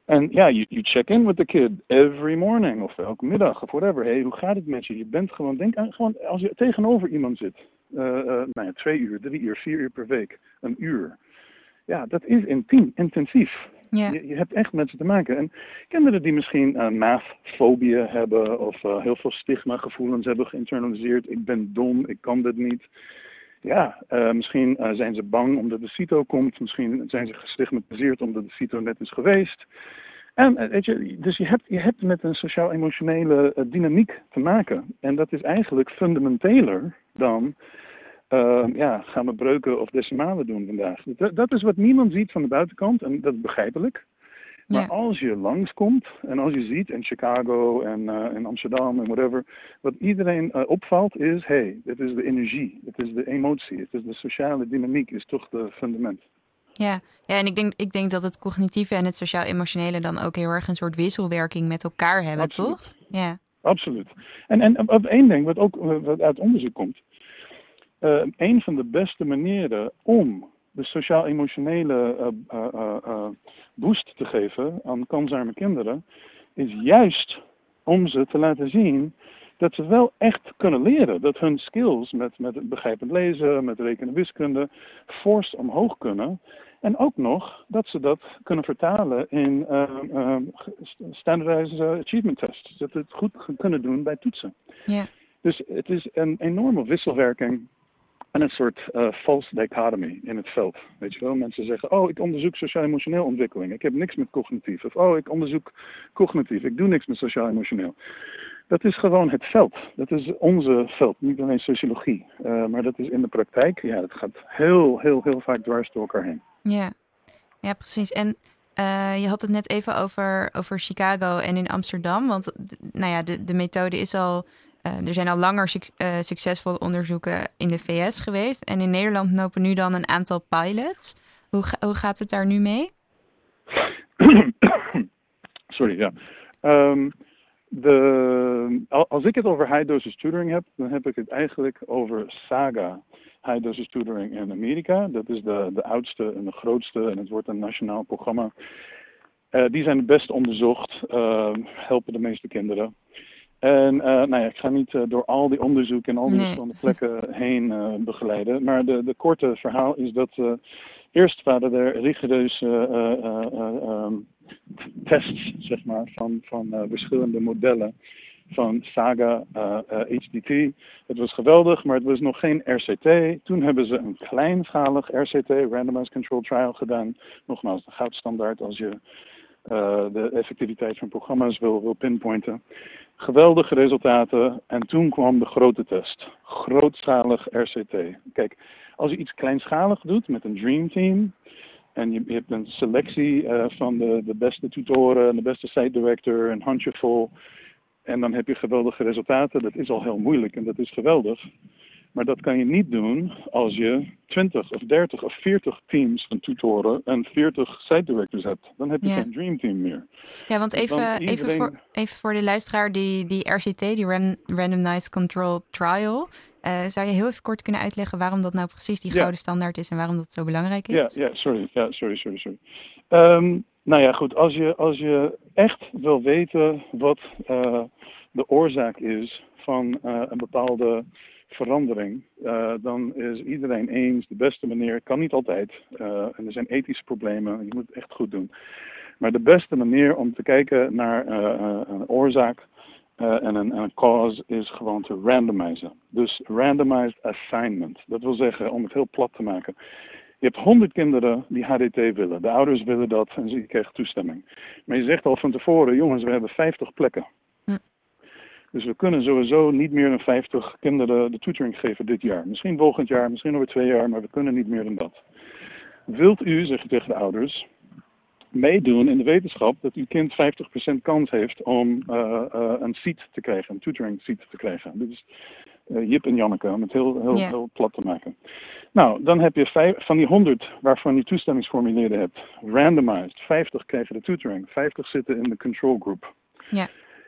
En ja, you, you check in with the kid every morning of elke middag of whatever. Hey, hoe gaat het met je? Je bent gewoon, denk aan, gewoon als je tegenover iemand zit. Uh, uh, nou ja, twee uur, drie uur, vier uur per week, een uur. Ja, dat is intiem, intensief. Ja. Je, je hebt echt met ze te maken. En kinderen die misschien uh, mathfobieën hebben of uh, heel veel stigma-gevoelens hebben geïnternaliseerd. Ik ben dom, ik kan dit niet. Ja, uh, misschien uh, zijn ze bang omdat de CITO komt. Misschien zijn ze gestigmatiseerd omdat de CITO net is geweest. En uh, weet je, dus je hebt, je hebt met een sociaal-emotionele uh, dynamiek te maken. En dat is eigenlijk fundamenteler dan... Uh, ja, gaan we breuken of decimalen doen vandaag. Dat, dat is wat niemand ziet van de buitenkant en dat is begrijpelijk. Maar Ja. als je langskomt en als je ziet in Chicago en uh, in Amsterdam en whatever, wat iedereen uh, opvalt is, hé, hey, dit is de energie, dit is de emotie, het is de sociale dynamiek, is toch de fundament. Ja, ja en ik denk, ik denk dat het cognitieve en het sociaal-emotionele dan ook heel erg een soort wisselwerking met elkaar hebben, Absoluut. toch? Ja. Absoluut. En, en op één ding, wat ook uh, wat uit onderzoek komt, uh, een van de beste manieren om de sociaal-emotionele uh, uh, uh, uh, boost te geven aan kansarme kinderen, is juist om ze te laten zien dat ze wel echt kunnen leren. Dat hun skills met, met begrijpend lezen, met rekenen wiskunde, forced omhoog kunnen. En ook nog dat ze dat kunnen vertalen in uh, uh, standardized achievement tests. Dat ze het goed kunnen doen bij toetsen. Ja. Dus het is een enorme wisselwerking. En een soort uh, false dichotomy in het veld. Weet je wel, mensen zeggen, oh, ik onderzoek sociaal-emotioneel ontwikkeling. Ik heb niks met cognitief. Of, oh, ik onderzoek cognitief. Ik doe niks met sociaal-emotioneel. Dat is gewoon het veld. Dat is onze veld, niet alleen sociologie. Uh, maar dat is in de praktijk, ja, dat gaat heel, heel, heel vaak dwars door elkaar heen. Ja, ja precies. En uh, je had het net even over, over Chicago en in Amsterdam. Want nou ja, de, de methode is al... Uh, er zijn al langer suc- uh, succesvolle onderzoeken in de V S geweest. En in Nederland lopen nu dan een aantal pilots. Hoe, ga- hoe gaat het daar nu mee? Sorry, ja. Um, de, als ik het over high dosage tutoring heb, dan heb ik het eigenlijk over SAGA. High dosage tutoring in Amerika. Dat is de, de oudste en de grootste en het wordt een nationaal programma. Uh, die zijn het best onderzocht, uh, helpen de meeste kinderen. En uh, nou ja, ik ga niet uh, door al die onderzoeken en al die Nee. verschillende plekken heen uh, begeleiden. Maar de, de korte verhaal is dat uh, eerst waren er rigoureuze uh, uh, uh, um, tests, zeg maar, van, van uh, verschillende modellen van SAGA, uh, uh, H D T. Het was geweldig, maar het was nog geen R C T. Toen hebben ze een kleinschalig R C T, Randomized Controlled Trial, gedaan. Nogmaals, de goudstandaard als je uh, de effectiviteit van programma's wil, wil pinpointen. Geweldige resultaten en toen kwam de grote test. Grootschalig R C T. Kijk, als je iets kleinschalig doet met een Dream Team en je, je hebt een selectie uh, van de, de beste tutoren, de beste site director, een handjevol en dan heb je geweldige resultaten. Dat is al heel moeilijk en dat is geweldig. Maar dat kan je niet doen als je twintig of dertig of veertig teams van tutoren en veertig site directors hebt. Dan heb je Ja. geen Dream Team meer. Ja, want even, Dan even, iedereen- voor, even voor de luisteraar, die, die R C T, die ran, Randomized Controlled Trial. Uh, zou je heel even kort kunnen uitleggen waarom dat nou precies die Ja. gouden standaard is en waarom dat zo belangrijk is? Ja, ja, sorry, ja, sorry, sorry, sorry. Um, nou ja, goed, als je, als je echt wil weten wat uh, de oorzaak is van uh, een bepaalde verandering, uh, dan is iedereen eens, de beste manier, kan niet altijd, uh, en er zijn ethische problemen, je moet het echt goed doen. Maar de beste manier om te kijken naar uh, uh, een oorzaak uh, en een, een cause is gewoon te randomizen. Dus randomized assignment. Dat wil zeggen, om het heel plat te maken. Je hebt honderd kinderen die H D T willen. De ouders willen dat en ze krijgen toestemming. Maar je zegt al van tevoren, jongens, we hebben vijftig plekken. Hm. Dus we kunnen sowieso niet meer dan vijftig kinderen de tutoring geven dit jaar. Misschien volgend jaar, misschien over twee jaar, maar we kunnen niet meer dan dat. Wilt u, zeg je tegen de ouders, meedoen in de wetenschap dat uw kind vijftig procent kans heeft om uh, uh, een seat te krijgen, een tutoring seat te krijgen. Dit is uh, Jip en Janneke, om het heel, heel, Ja. heel plat te maken. Nou, dan heb je vijf, van die honderd waarvan je toestemmingsformulieren hebt, randomized, vijftig krijgen de tutoring, vijftig zitten in de control group. Ja.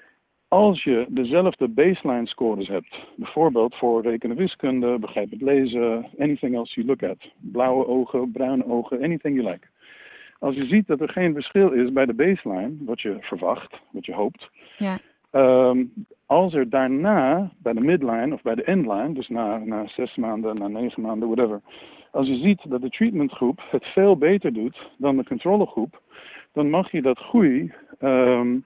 Als je dezelfde baseline scores hebt, bijvoorbeeld voor rekenen wiskunde, begrijpend lezen, anything else you look at, blauwe ogen, bruine ogen, anything you like. Als je ziet dat er geen verschil is bij de baseline, wat je verwacht, wat je hoopt. Ja. Um, als er daarna, bij de midline of bij de endline, dus na, na zes maanden, na negen maanden, whatever. Als je ziet dat de treatmentgroep het veel beter doet dan de controlegroep, dan mag je dat groei um,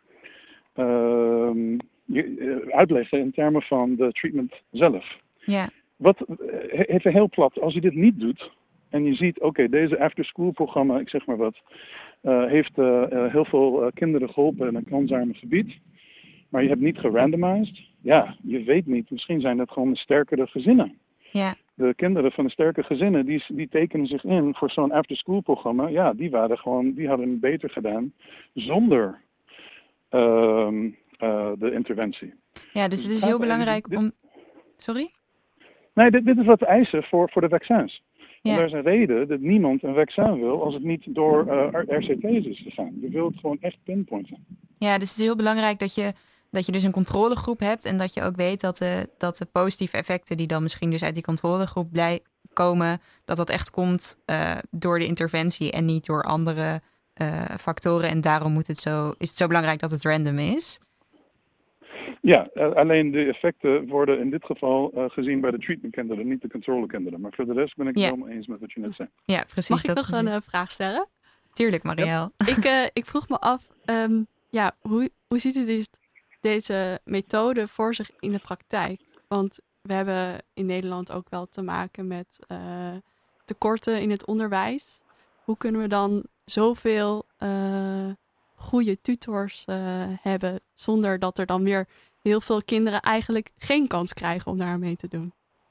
um, je, uitleggen in termen van de treatment zelf. Ja. Wat, even heel plat, als je dit niet doet en je ziet, oké, okay, deze after-school programma, ik zeg maar wat, uh, heeft uh, uh, heel veel uh, kinderen geholpen in een kansarme gebied, maar je hebt niet gerandomized, ja, je weet niet, misschien zijn dat gewoon de sterkere gezinnen. Ja. De kinderen van de sterke gezinnen, die, die tekenen zich in voor zo'n after-school programma, ja, die waren gewoon, die hadden het beter gedaan zonder uh, uh, de interventie. Ja, dus het is heel belangrijk dit, om... Sorry? Nee, dit, dit is wat we eisen voor, voor de vaccins. Ja. En er is een reden dat niemand een vaccin wil als het niet door uh, R C T's is gegaan. Je wilt het gewoon echt pinpointen. Ja, dus het is heel belangrijk dat je, dat je dus een controlegroep hebt en dat je ook weet dat de, dat de positieve effecten die dan misschien dus uit die controlegroep blij komen, dat dat echt komt uh, door de interventie en niet door andere uh, factoren. En daarom moet het zo, is het zo belangrijk dat het random is. Ja, uh, alleen de effecten worden in dit geval uh, gezien bij de treatmentkinderen, niet de controlekinderen. Maar voor de rest ben ik het ja. helemaal eens met wat je net zei. Ja, precies. Mag ik dat nog een uh, vraag stellen? Tuurlijk, Marielle. Ja. ik, uh, ik vroeg me af, um, ja, hoe, hoe ziet u deze, deze methode voor zich in de praktijk? Want we hebben in Nederland ook wel te maken met uh, tekorten in het onderwijs. Hoe kunnen we dan zoveel uh, goede tutors uh, hebben zonder dat er dan weer heel veel kinderen eigenlijk geen kans krijgen om daar mee te doen?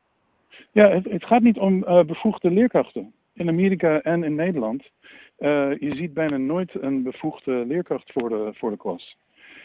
Ja, het, het gaat niet om uh, bevoegde leerkrachten. In Amerika en in Nederland, uh, je ziet bijna nooit een bevoegde leerkracht voor de, voor de klas.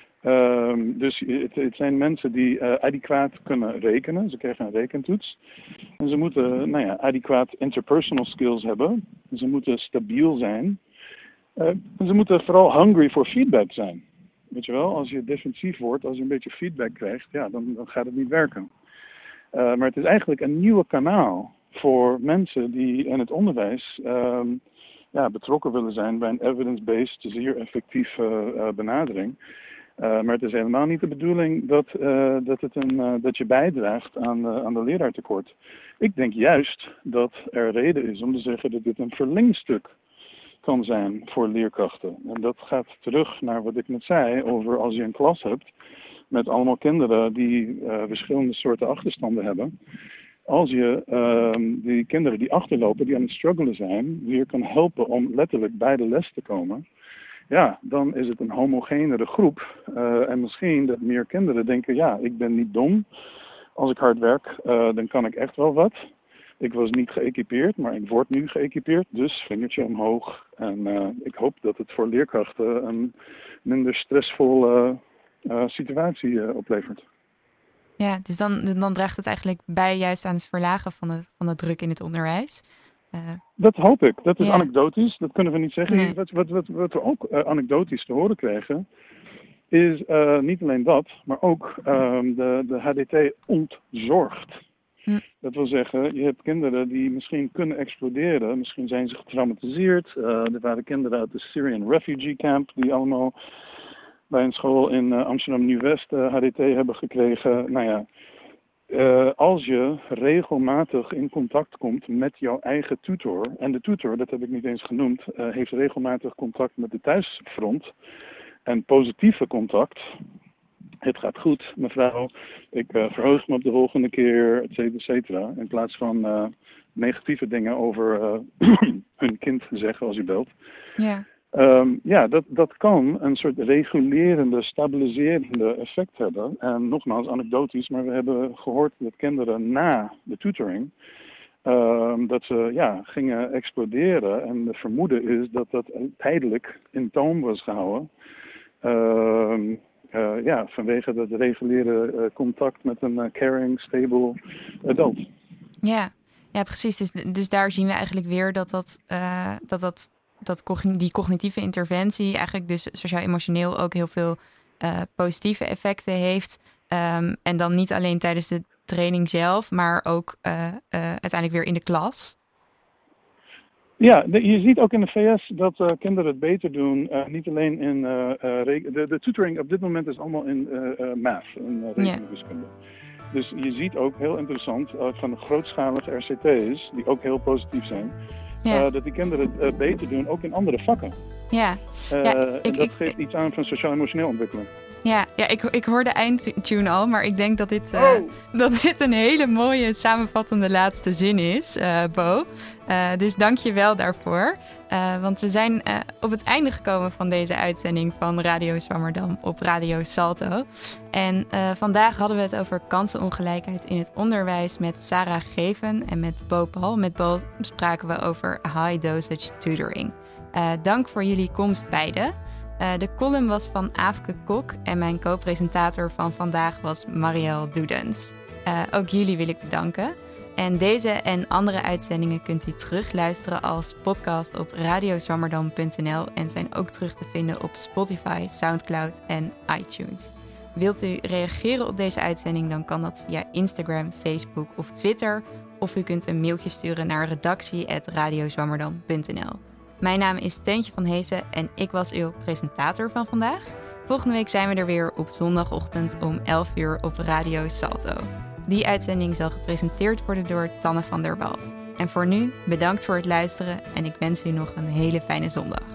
Um, dus het, het zijn mensen die uh, adequaat kunnen rekenen. Ze krijgen een rekentoets. En ze moeten nou ja, adequaat interpersonal skills hebben. Ze moeten stabiel zijn. Uh, en ze moeten vooral hungry voor feedback zijn. Weet je wel, als je defensief wordt, als je een beetje feedback krijgt, ja, dan, dan gaat het niet werken. Uh, maar het is eigenlijk een nieuwe kanaal voor mensen die in het onderwijs um, ja, betrokken willen zijn bij een evidence-based, zeer effectieve uh, benadering. Uh, maar het is helemaal niet de bedoeling dat, uh, dat, het een, uh, dat je bijdraagt aan, uh, aan de leraartekort. Ik denk juist dat er reden is om te zeggen dat dit een verlengstuk kan zijn voor leerkrachten. En dat gaat terug naar wat ik net zei over als je een klas hebt met allemaal kinderen die uh, verschillende soorten achterstanden hebben. Als je uh, die kinderen die achterlopen, die aan het struggelen zijn, weer kan helpen om letterlijk bij de les te komen, ja, dan is het een homogenere groep. Uh, en misschien dat meer kinderen denken, ja, ik ben niet dom. Als ik hard werk, uh, dan kan ik echt wel wat. Ik was niet geëquipeerd, maar ik word nu geëquipeerd, dus vingertje omhoog. En uh, ik hoop dat het voor leerkrachten een minder stressvolle uh, situatie uh, oplevert. Ja, dus dan, dan draagt het eigenlijk bij juist aan het verlagen van de, van de druk in het onderwijs. Uh, dat hoop ik. Dat is ja. anekdotisch, dat kunnen we niet zeggen. Nee. Wat, wat, wat, wat we ook uh, anekdotisch te horen krijgen, is uh, niet alleen dat, maar ook um, de, de H D T ontzorgt. Hm. Dat wil zeggen, je hebt kinderen die misschien kunnen exploderen. Misschien zijn ze getraumatiseerd. Uh, er waren kinderen uit de Syrian Refugee Camp die allemaal bij een school in uh, Amsterdam Nieuw-West uh, H D T hebben gekregen. Nou ja, uh, als je regelmatig in contact komt met jouw eigen tutor. En de tutor, dat heb ik niet eens genoemd, uh, heeft regelmatig contact met de thuisfront. En positieve contact. Het gaat goed, mevrouw. Ik uh, verheug me op de volgende keer, et cetera, et cetera. In plaats van uh, negatieve dingen over uh, hun kind zeggen als u belt. Ja, um, ja dat, dat kan een soort regulerende, stabiliserende effect hebben. En nogmaals, anekdotisch, maar we hebben gehoord dat kinderen na de tutoring Um, dat ze ja, gingen exploderen. En het vermoeden is dat dat tijdelijk in toom was gehouden. Um, Uh, ja, vanwege dat reguliere uh, contact met een uh, caring, stable adult. ja. ja precies. Dus, dus daar zien we eigenlijk weer dat, dat, uh, dat, dat, dat cogn- die cognitieve interventie eigenlijk dus sociaal-emotioneel ook heel veel uh, positieve effecten heeft. Um, en dan niet alleen tijdens de training zelf, maar ook uh, uh, uiteindelijk weer in de klas. Ja, de, je ziet ook in de V S dat uh, kinderen het beter doen. Uh, niet alleen in uh, uh, de, de tutoring op dit moment is allemaal in uh, uh, math, in uh, rekenwiskunde. Yeah. Dus je ziet ook heel interessant uh, van de grootschalige R C T's, die ook heel positief zijn, yeah. uh, dat die kinderen het uh, beter doen, ook in andere vakken. Ja. Uh, ja en ik, dat ik, geeft iets aan van sociaal-emotioneel ontwikkelen. Ja, ja ik, ik hoor de eindtune al, maar ik denk dat dit, uh, oh. dat dit een hele mooie samenvattende laatste zin is, uh, Bo. Uh, dus dank je wel daarvoor. Uh, want we zijn uh, op het einde gekomen van deze uitzending van Radio Zwammerdam op Radio Salto. En uh, vandaag hadden we het over kansenongelijkheid in het onderwijs met Sarah Geven en met Bo Paul. Met Bo spraken we over high dosage tutoring. Uh, dank voor jullie komst beiden. Uh, de column was van Aafke Kok en mijn co-presentator van vandaag was Marielle Doedens. Uh, ook jullie wil ik bedanken. En deze en andere uitzendingen kunt u terugluisteren als podcast op radio zwammerdam punt n l en zijn ook terug te vinden op Spotify, Soundcloud en iTunes. Wilt u reageren op deze uitzending, dan kan dat via Instagram, Facebook of Twitter. Of u kunt een mailtje sturen naar redactie apenstaartje radio zwammerdam punt n l. Mijn naam is Teuntje van Heesen en ik was uw presentator van vandaag. Volgende week zijn we er weer op zondagochtend om elf uur op Radio Salto. Die uitzending zal gepresenteerd worden door Tanne van der Wal. En voor nu, bedankt voor het luisteren en ik wens u nog een hele fijne zondag.